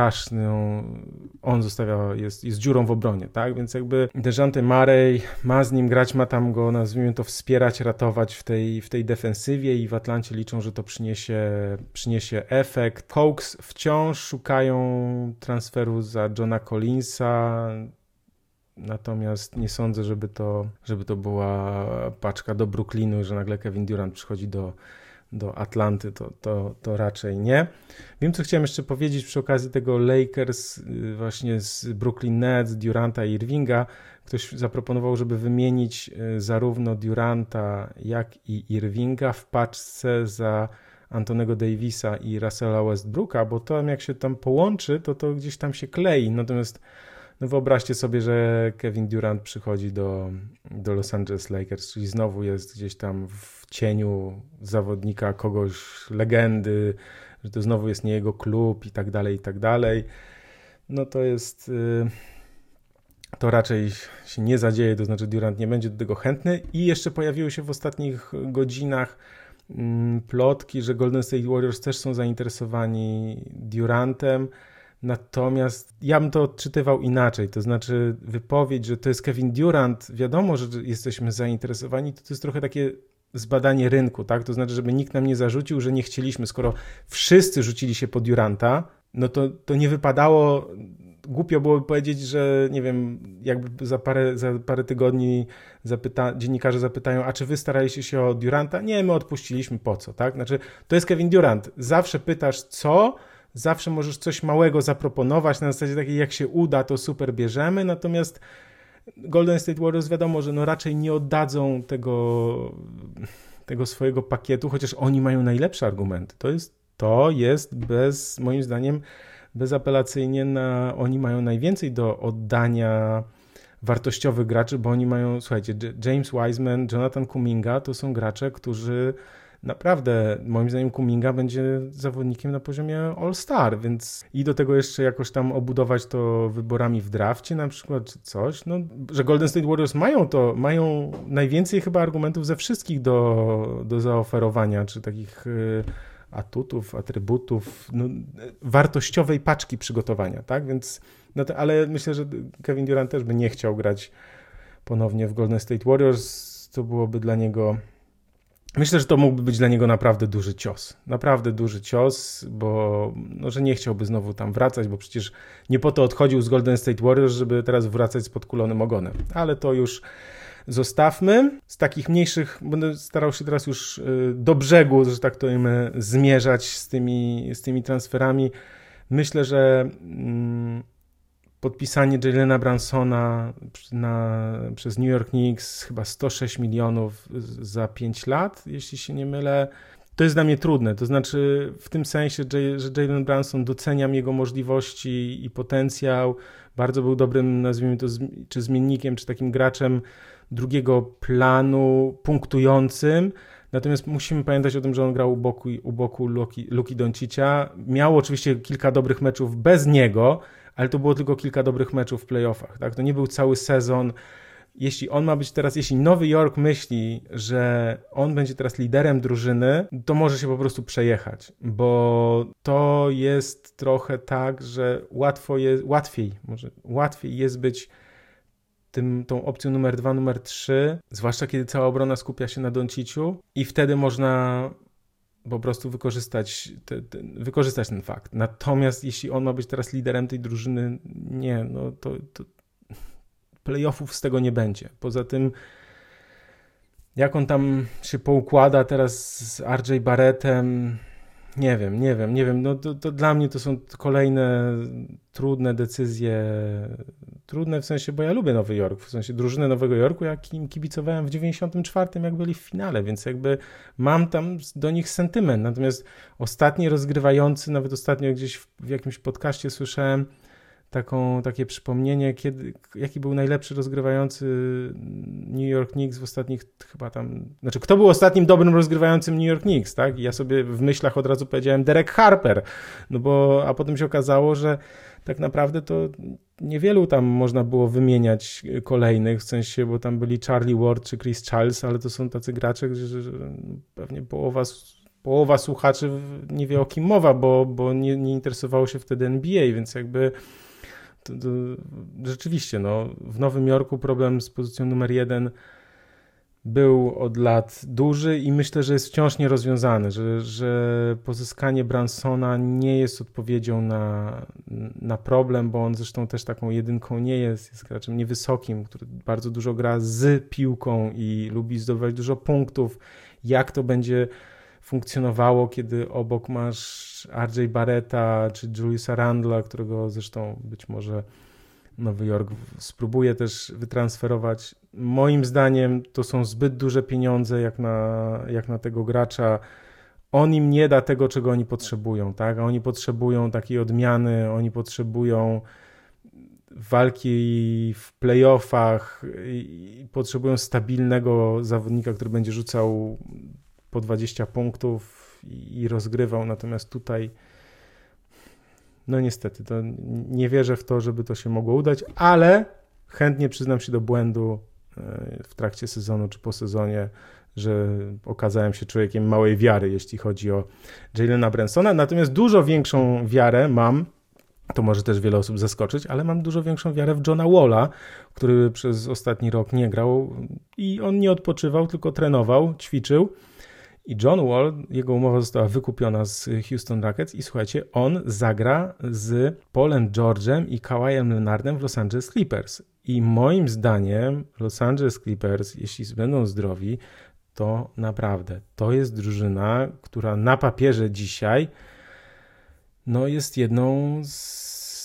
jest dziurą w obronie, tak? Więc jakby Dejounte Murray ma z nim grać, ma tam go, nazwijmy to, wspierać, ratować w tej defensywie i w Atlancie liczą, że to przyniesie efekt. Hawks wciąż szukają transferu za Johna Collinsa, natomiast nie sądzę, żeby to była paczka do Brooklynu, że nagle Kevin Durant przychodzi do Atlanty, to raczej nie. Wiem, co chciałem jeszcze powiedzieć przy okazji tego Lakers właśnie z Brooklyn Nets, Duranta i Irvinga. Ktoś zaproponował, żeby wymienić zarówno Duranta, jak i Irvinga w paczce za Antonego Davisa i Russella Westbrooka, bo to jak się tam połączy, to gdzieś tam się klei. Natomiast no wyobraźcie sobie, że Kevin Durant przychodzi do Los Angeles Lakers, czyli znowu jest gdzieś tam w cieniu zawodnika, kogoś, legendy, że to znowu jest nie jego klub i tak dalej. No to jest... To raczej się nie zadzieje, to znaczy Durant nie będzie do tego chętny i jeszcze pojawiły się w ostatnich godzinach plotki, że Golden State Warriors też są zainteresowani Durantem. Natomiast ja bym to odczytywał inaczej, to znaczy wypowiedź, że to jest Kevin Durant, wiadomo, że jesteśmy zainteresowani, to jest trochę takie zbadanie rynku, tak? To znaczy, żeby nikt nam nie zarzucił, że nie chcieliśmy, skoro wszyscy rzucili się po Duranta, no to nie wypadało, głupio byłoby powiedzieć, że nie wiem, jakby za parę tygodni dziennikarze zapytają, a czy wy staraliście się o Duranta? Nie, my odpuściliśmy, po co, tak? Znaczy, to jest Kevin Durant, zawsze pytasz co, zawsze możesz coś małego zaproponować, na zasadzie takiej jak się uda, to super bierzemy, natomiast Golden State Warriors wiadomo, że no raczej nie oddadzą tego swojego pakietu, chociaż oni mają najlepsze argumenty. To jest moim zdaniem bezapelacyjnie oni mają najwięcej do oddania wartościowych graczy, bo oni mają, słuchajcie, James Wiseman, Jonathan Kuminga to są gracze, którzy naprawdę, moim zdaniem Kuminga będzie zawodnikiem na poziomie All-Star, więc i do tego jeszcze jakoś tam obudować to wyborami w drafcie na przykład, czy coś, no, że Golden State Warriors mają najwięcej chyba argumentów ze wszystkich do zaoferowania, czy takich atutów, atrybutów, no, wartościowej paczki przygotowania, tak, więc, no to, ale myślę, że Kevin Durant też by nie chciał grać ponownie w Golden State Warriors, to byłoby dla niego... Myślę, że to mógłby być dla niego naprawdę duży cios, bo no, że nie chciałby znowu tam wracać, bo przecież nie po to odchodził z Golden State Warriors, żeby teraz wracać z podkulonym ogonem. Ale to już zostawmy. Z takich mniejszych, będę starał się teraz już do brzegu, że tak to ujmę, zmierzać z tymi transferami. Myślę, że podpisanie Jalena Brunsona przez New York Knicks chyba 106 milionów za 5 lat, jeśli się nie mylę. To jest dla mnie trudne, to znaczy w tym sensie, że Jalen Brunson, doceniam jego możliwości i potencjał, bardzo był dobrym, nazwijmy to, czy zmiennikiem, czy takim graczem drugiego planu, punktującym, natomiast musimy pamiętać o tym, że on grał u boku Luki Doncicia. Miał oczywiście kilka dobrych meczów bez niego, ale to było tylko kilka dobrych meczów w playoffach, tak? To nie był cały sezon. Jeśli on ma być teraz, jeśli Nowy Jork myśli, że on będzie teraz liderem drużyny, to może się po prostu przejechać, bo jest trochę tak, że łatwiej jest być tą opcją numer 2, numer 3, zwłaszcza kiedy cała obrona skupia się na Donciciu i wtedy można po prostu wykorzystać ten fakt. Natomiast jeśli on ma być teraz liderem tej drużyny, nie, no to playoffów z tego nie będzie. Poza tym, jak on tam się poukłada teraz z RJ Barrettem, nie wiem. No to dla mnie to są kolejne trudne decyzje. Trudne w sensie, bo ja lubię Nowy Jork, w sensie drużynę Nowego Jorku, jak im kibicowałem w 94, jak byli w finale, więc jakby mam tam do nich sentyment. Natomiast ostatni rozgrywający, nawet ostatnio gdzieś w jakimś podcaście słyszałem takie przypomnienie, jaki był najlepszy rozgrywający New York Knicks w ostatnich chyba tam, znaczy kto był ostatnim dobrym rozgrywającym New York Knicks, tak? I ja sobie w myślach od razu powiedziałem Derek Harper, a potem się okazało, że tak naprawdę to niewielu tam można było wymieniać kolejnych, w sensie, bo tam byli Charlie Ward czy Chris Childs, ale to są tacy gracze, że pewnie połowa słuchaczy nie wie, o kim mowa, bo nie interesowało się wtedy NBA, więc jakby to rzeczywiście, no, w Nowym Jorku problem z pozycją numer 1 był od lat duży i myślę, że jest wciąż nierozwiązany, że pozyskanie Brunsona nie jest odpowiedzią na problem, bo on zresztą też taką jedynką nie jest graczem niewysokim, który bardzo dużo gra z piłką i lubi zdobywać dużo punktów. Jak to będzie funkcjonowało, kiedy obok masz RJ Barretta czy Juliusa Randla, którego zresztą być może Nowy Jork spróbuje też wytransferować. Moim zdaniem to są zbyt duże pieniądze jak na tego gracza. On im nie da tego, czego oni potrzebują, tak? A oni potrzebują takiej odmiany, oni potrzebują walki w playoffach i potrzebują stabilnego zawodnika, który będzie rzucał po 20 punktów i rozgrywał, natomiast tutaj no niestety, to nie wierzę w to, żeby to się mogło udać, ale chętnie przyznam się do błędu w trakcie sezonu czy po sezonie, że okazałem się człowiekiem małej wiary, jeśli chodzi o Jalena Brunsona, natomiast dużo większą wiarę mam, to może też wiele osób zaskoczyć, ale mam dużo większą wiarę w Johna Walla, który przez ostatni rok nie grał i on nie odpoczywał, tylko trenował, ćwiczył. I John Wall, jego umowa została wykupiona z Houston Rockets i słuchajcie, on zagra z Paulem George'em i Kawhi'em Leonardem w Los Angeles Clippers. I moim zdaniem Los Angeles Clippers, jeśli będą zdrowi, to naprawdę to jest drużyna, która na papierze dzisiaj no jest jedną z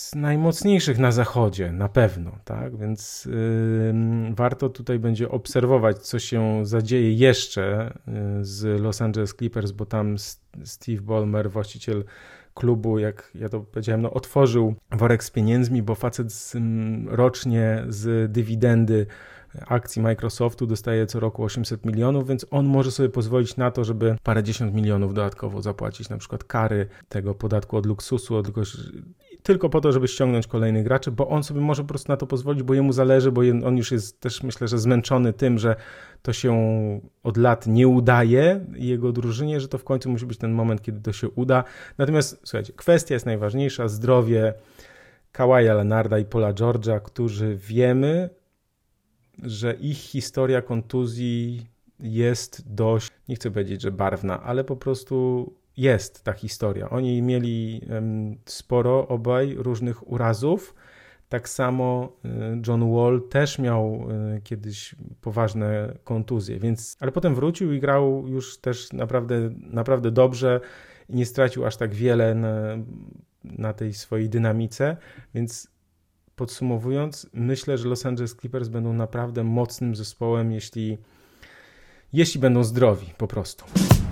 z najmocniejszych na zachodzie, na pewno, tak? Więc warto tutaj będzie obserwować, co się zadzieje jeszcze z Los Angeles Clippers, bo tam Steve Ballmer, właściciel klubu, jak ja to powiedziałem, otworzył worek z pieniędzmi, bo facet rocznie z dywidendy akcji Microsoftu dostaje co roku 800 milionów, więc on może sobie pozwolić na to, żeby parędziesiąt milionów dodatkowo zapłacić na przykład kary tego podatku od luksusu, tylko po to, żeby ściągnąć kolejnych graczy, bo on sobie może po prostu na to pozwolić, bo jemu zależy, bo on już jest też, myślę, że zmęczony tym, że to się od lat nie udaje jego drużynie, że to w końcu musi być ten moment, kiedy to się uda. Natomiast słuchajcie, kwestia jest najważniejsza, zdrowie Kawaja Leonarda i Paula George'a, którzy wiemy, że ich historia kontuzji jest dość, nie chcę powiedzieć, że barwna, ale po prostu jest ta historia. Oni mieli sporo obaj różnych urazów. Tak samo John Wall też miał kiedyś poważne kontuzje, ale potem wrócił i grał już też naprawdę dobrze i nie stracił aż tak wiele na tej swojej dynamice, więc podsumowując, myślę, że Los Angeles Clippers będą naprawdę mocnym zespołem, jeśli będą zdrowi po prostu.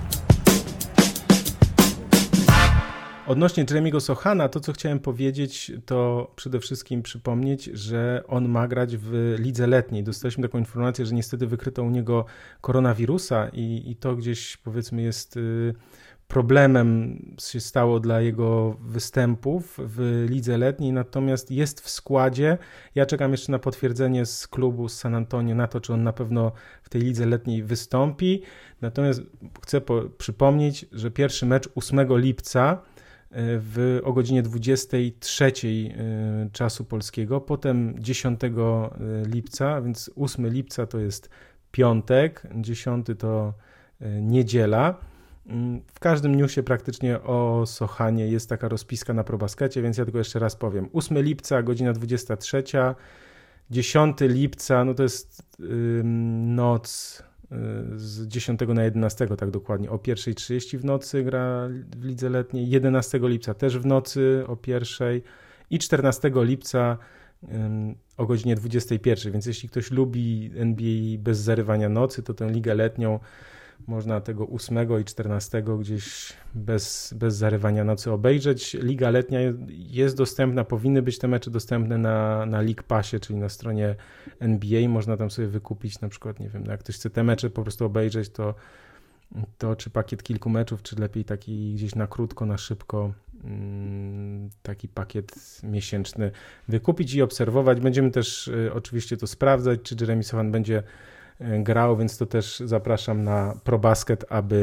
Odnośnie Jeremiego Sochana, to co chciałem powiedzieć, to przede wszystkim przypomnieć, że on ma grać w lidze letniej. Dostaliśmy taką informację, że niestety wykryto u niego koronawirusa i to gdzieś, powiedzmy, jest problemem się stało dla jego występów w lidze letniej, natomiast jest w składzie. Ja czekam jeszcze na potwierdzenie z klubu z San Antonio na to, czy on na pewno w tej lidze letniej wystąpi. Natomiast chcę przypomnieć, że pierwszy mecz 8 lipca o godzinie 23 czasu polskiego, potem 10 lipca, więc 8 lipca to jest piątek, 10 to niedziela. W każdym newsie praktycznie o Sochanie jest taka rozpiska na ProBaskecie, więc ja tylko jeszcze raz powiem. 8 lipca, godzina 23, 10 lipca, to jest noc z 10 na 11, tak dokładnie, o 1:30 w nocy gra w lidze letniej, 11 lipca też w nocy o 1 i 14 lipca o godzinie 21, więc jeśli ktoś lubi NBA bez zarywania nocy, to tę ligę letnią można tego 8 i 14 gdzieś bez zarywania nocy obejrzeć. Liga letnia jest dostępna, powinny być te mecze dostępne na League Passie, czyli na stronie NBA. Można tam sobie wykupić na przykład, nie wiem, jak ktoś chce te mecze po prostu obejrzeć, to czy pakiet kilku meczów, czy lepiej taki gdzieś na krótko, na szybko taki pakiet miesięczny wykupić i obserwować. Będziemy też oczywiście to sprawdzać, czy Jeremy Sochan będzie grał, więc to też zapraszam na ProBasket,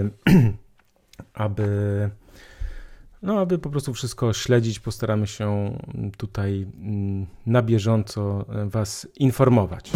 aby po prostu wszystko śledzić. Postaramy się tutaj na bieżąco Was informować.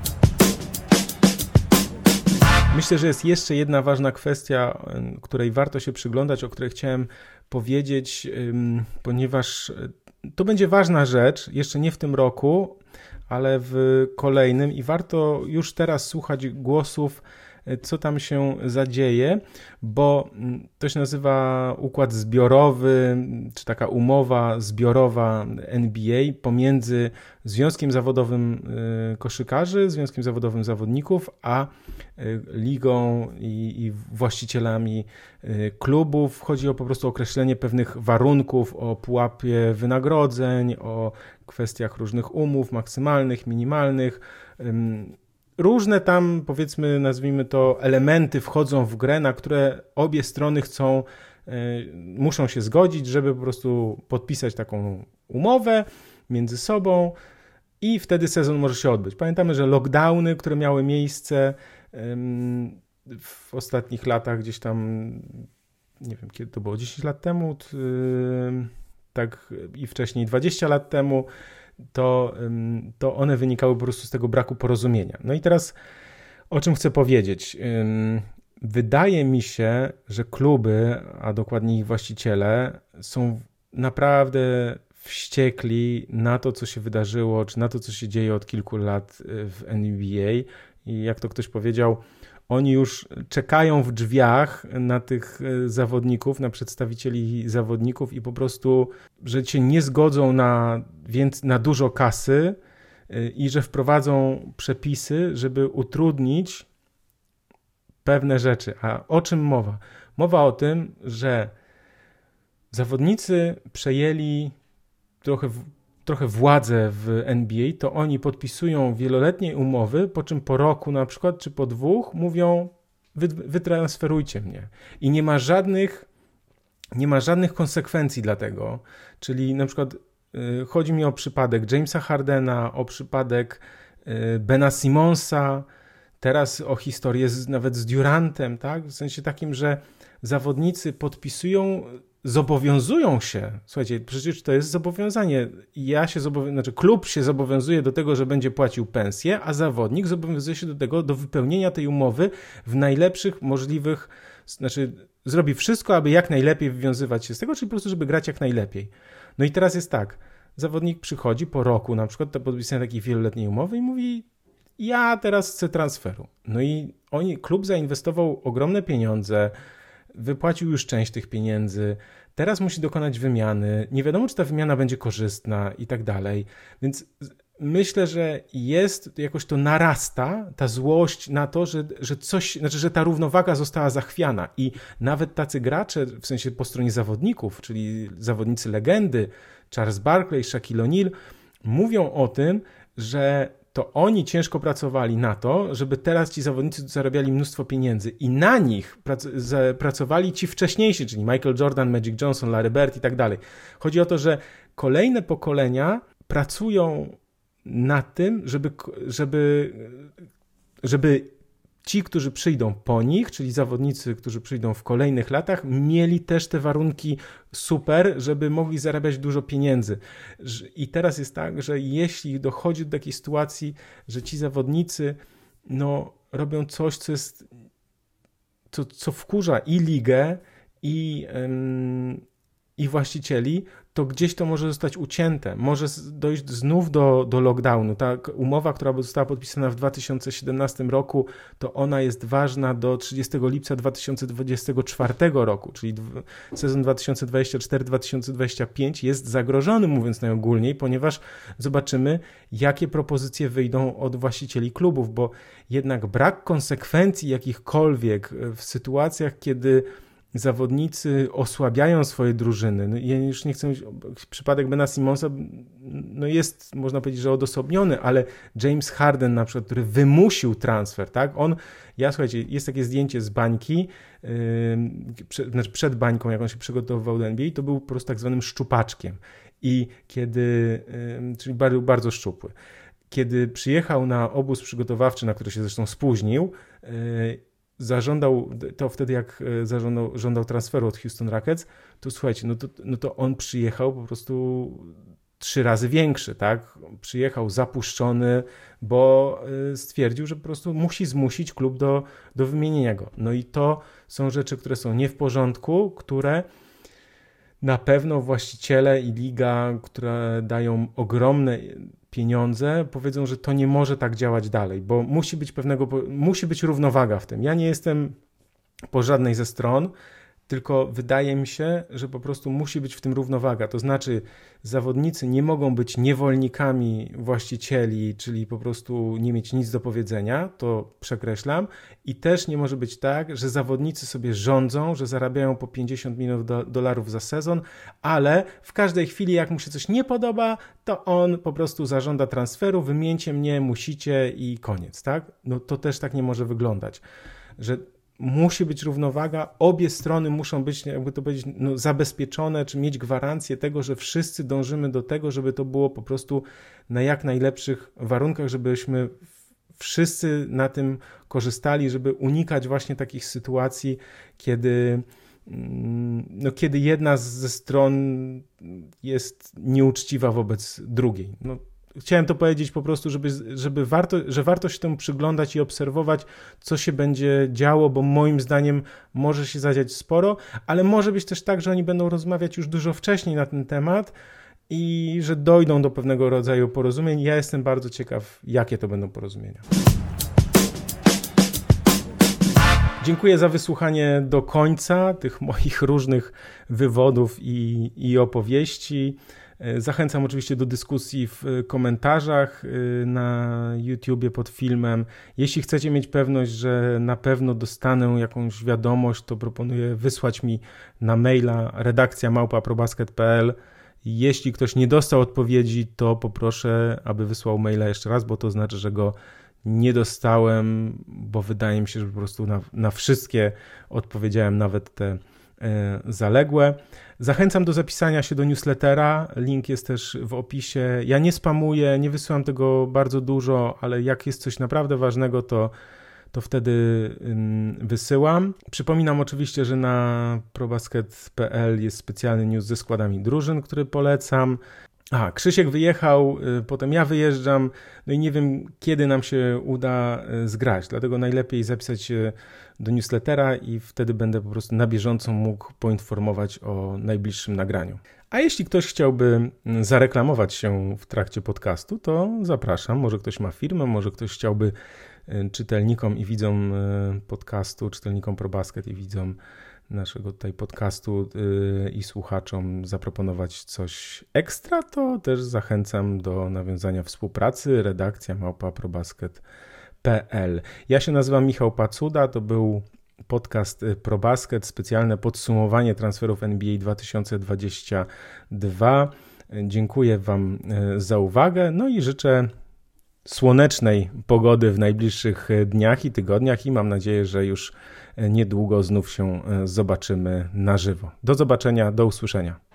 Myślę, że jest jeszcze jedna ważna kwestia, której warto się przyglądać, o której chciałem powiedzieć, ponieważ to będzie ważna rzecz, jeszcze nie w tym roku, ale w kolejnym i warto już teraz słuchać głosów, co tam się zadzieje, bo to się nazywa układ zbiorowy, czy taka umowa zbiorowa NBA pomiędzy Związkiem Zawodowym Koszykarzy, Związkiem Zawodowym Zawodników, a ligą i właścicielami klubów. Chodzi o po prostu określenie pewnych warunków, o pułapie wynagrodzeń, o kwestiach różnych umów maksymalnych, minimalnych. Różne tam, powiedzmy, nazwijmy to, elementy wchodzą w grę, na które obie strony muszą się zgodzić, żeby po prostu podpisać taką umowę między sobą i wtedy sezon może się odbyć. Pamiętamy, że lockdowny, które miały miejsce w ostatnich latach, gdzieś tam, nie wiem kiedy to było, 10 lat temu, tak i wcześniej 20 lat temu, to one wynikały po prostu z tego braku porozumienia. No i teraz o czym chcę powiedzieć? Wydaje mi się, że kluby, a dokładnie ich właściciele, są naprawdę wściekli na to, co się wydarzyło, czy na to, co się dzieje od kilku lat w NBA. I jak to ktoś powiedział, Oni już czekają w drzwiach na tych zawodników, na przedstawicieli zawodników i po prostu, że się nie zgodzą na dużo kasy i że wprowadzą przepisy, żeby utrudnić pewne rzeczy. A o czym mowa? Mowa o tym, że zawodnicy przejęli trochę władzę w NBA, to oni podpisują wieloletnie umowy, po czym po roku na przykład, czy po 2 mówią wytransferujcie mnie. I nie ma żadnych konsekwencji dla tego. Czyli na przykład chodzi mi o przypadek Jamesa Hardena, o przypadek Bena Simonsa, teraz o historię nawet z Durantem, tak? W sensie takim, że zawodnicy zobowiązują się, słuchajcie, przecież to jest zobowiązanie. Klub się zobowiązuje do tego, że będzie płacił pensję, a zawodnik zobowiązuje się do tego, do wypełnienia tej umowy w najlepszych możliwych, zrobi wszystko, aby jak najlepiej wywiązywać się z tego, czyli po prostu, żeby grać jak najlepiej. No i teraz jest tak, zawodnik przychodzi po roku na przykład do podpisania takiej wieloletniej umowy i mówi, ja teraz chcę transferu. No i klub zainwestował ogromne pieniądze, wypłacił już część tych pieniędzy, teraz musi dokonać wymiany, nie wiadomo, czy ta wymiana będzie korzystna i tak dalej, więc myślę, że jakoś to narasta, ta złość na to, że ta równowaga została zachwiana i nawet tacy gracze, w sensie po stronie zawodników, czyli zawodnicy legendy, Charles Barkley, Shaquille O'Neal, mówią o tym, że to oni ciężko pracowali na to, żeby teraz ci zawodnicy zarabiali mnóstwo pieniędzy i na nich pracowali ci wcześniejsi, czyli Michael Jordan, Magic Johnson, Larry Bird i tak dalej. Chodzi o to, że kolejne pokolenia pracują nad tym, żeby ci, którzy przyjdą po nich, czyli zawodnicy, którzy przyjdą w kolejnych latach, mieli też te warunki super, żeby mogli zarabiać dużo pieniędzy. I teraz jest tak, że jeśli dochodzi do takiej sytuacji, że ci zawodnicy robią coś, co wkurza i ligę, i właścicieli, to gdzieś to może zostać ucięte. Może dojść znów do lockdownu. Ta umowa, która została podpisana w 2017 roku, to ona jest ważna do 30 lipca 2024 roku, czyli sezon 2024-2025 jest zagrożony, mówiąc najogólniej, ponieważ zobaczymy, jakie propozycje wyjdą od właścicieli klubów, bo jednak brak konsekwencji jakichkolwiek w sytuacjach, kiedy zawodnicy osłabiają swoje drużyny. Ja już nie chcę mówić, przypadek Bena Simonsa jest, można powiedzieć, że odosobniony, ale James Harden na przykład, który wymusił transfer, tak? Słuchajcie, jest takie zdjęcie z bańki, przed bańką, jak on się przygotowywał do NBA, to był po prostu tak zwanym szczupaczkiem. Czyli był bardzo szczupły. Kiedy przyjechał na obóz przygotowawczy, na który się zresztą spóźnił, żądał transferu od Houston Rockets, to słuchajcie, to on przyjechał po prostu 3 razy większy, tak? Przyjechał zapuszczony, bo stwierdził, że po prostu musi zmusić klub do wymienienia go. No i to są rzeczy, które są nie w porządku, które na pewno właściciele i liga, które dają ogromne pieniądze, powiedzą, że to nie może tak działać dalej, bo musi być równowaga w tym. Ja nie jestem po żadnej ze stron, tylko wydaje mi się, że po prostu musi być w tym równowaga. To znaczy zawodnicy nie mogą być niewolnikami właścicieli, czyli po prostu nie mieć nic do powiedzenia, to przekreślam. I też nie może być tak, że zawodnicy sobie rządzą, że zarabiają po $50 milionów za sezon, ale w każdej chwili, jak mu się coś nie podoba, to on po prostu zażąda transferu, wymieńcie mnie, musicie i koniec, tak? To też tak nie może wyglądać, że musi być równowaga, obie strony muszą być, jakby to powiedzieć, zabezpieczone, czy mieć gwarancję tego, że wszyscy dążymy do tego, żeby to było po prostu na jak najlepszych warunkach, żebyśmy wszyscy na tym korzystali, żeby unikać właśnie takich sytuacji, kiedy jedna ze stron jest nieuczciwa wobec drugiej. Chciałem to powiedzieć po prostu, że warto się temu przyglądać i obserwować, co się będzie działo, bo moim zdaniem może się zadziać sporo, ale może być też tak, że oni będą rozmawiać już dużo wcześniej na ten temat i że dojdą do pewnego rodzaju porozumień. Ja jestem bardzo ciekaw, jakie to będą porozumienia. Dziękuję za wysłuchanie do końca tych moich różnych wywodów i opowieści. Zachęcam oczywiście do dyskusji w komentarzach na YouTubie pod filmem. Jeśli chcecie mieć pewność, że na pewno dostanę jakąś wiadomość, to proponuję wysłać mi na maila redakcja@probasket.pl. Jeśli ktoś nie dostał odpowiedzi, to poproszę, aby wysłał maila jeszcze raz, bo to znaczy, że go nie dostałem, bo wydaje mi się, że po prostu na wszystkie odpowiedziałem, nawet te zaległe. Zachęcam do zapisania się do newslettera, link jest też w opisie. Ja nie spamuję, nie wysyłam tego bardzo dużo, ale jak jest coś naprawdę ważnego, to wtedy wysyłam. Przypominam oczywiście, że na probasket.pl jest specjalny news ze składami drużyn, który polecam. Krzysiek wyjechał, potem ja wyjeżdżam, no i nie wiem, kiedy nam się uda zgrać, dlatego najlepiej zapisać się do newslettera i wtedy będę po prostu na bieżąco mógł poinformować o najbliższym nagraniu. A jeśli ktoś chciałby zareklamować się w trakcie podcastu, to zapraszam. Może ktoś ma firmę, może ktoś chciałby czytelnikom i widzom podcastu, czytelnikom ProBasket i widzom naszego tutaj podcastu i słuchaczom zaproponować coś ekstra, to też zachęcam do nawiązania współpracy. redakcja@probasket.pl. Ja się nazywam Michał Pacuda, to był podcast ProBasket, specjalne podsumowanie transferów NBA 2022. Dziękuję Wam za uwagę, no i życzę słonecznej pogody w najbliższych dniach i tygodniach i mam nadzieję, że już niedługo znów się zobaczymy na żywo. Do zobaczenia, do usłyszenia.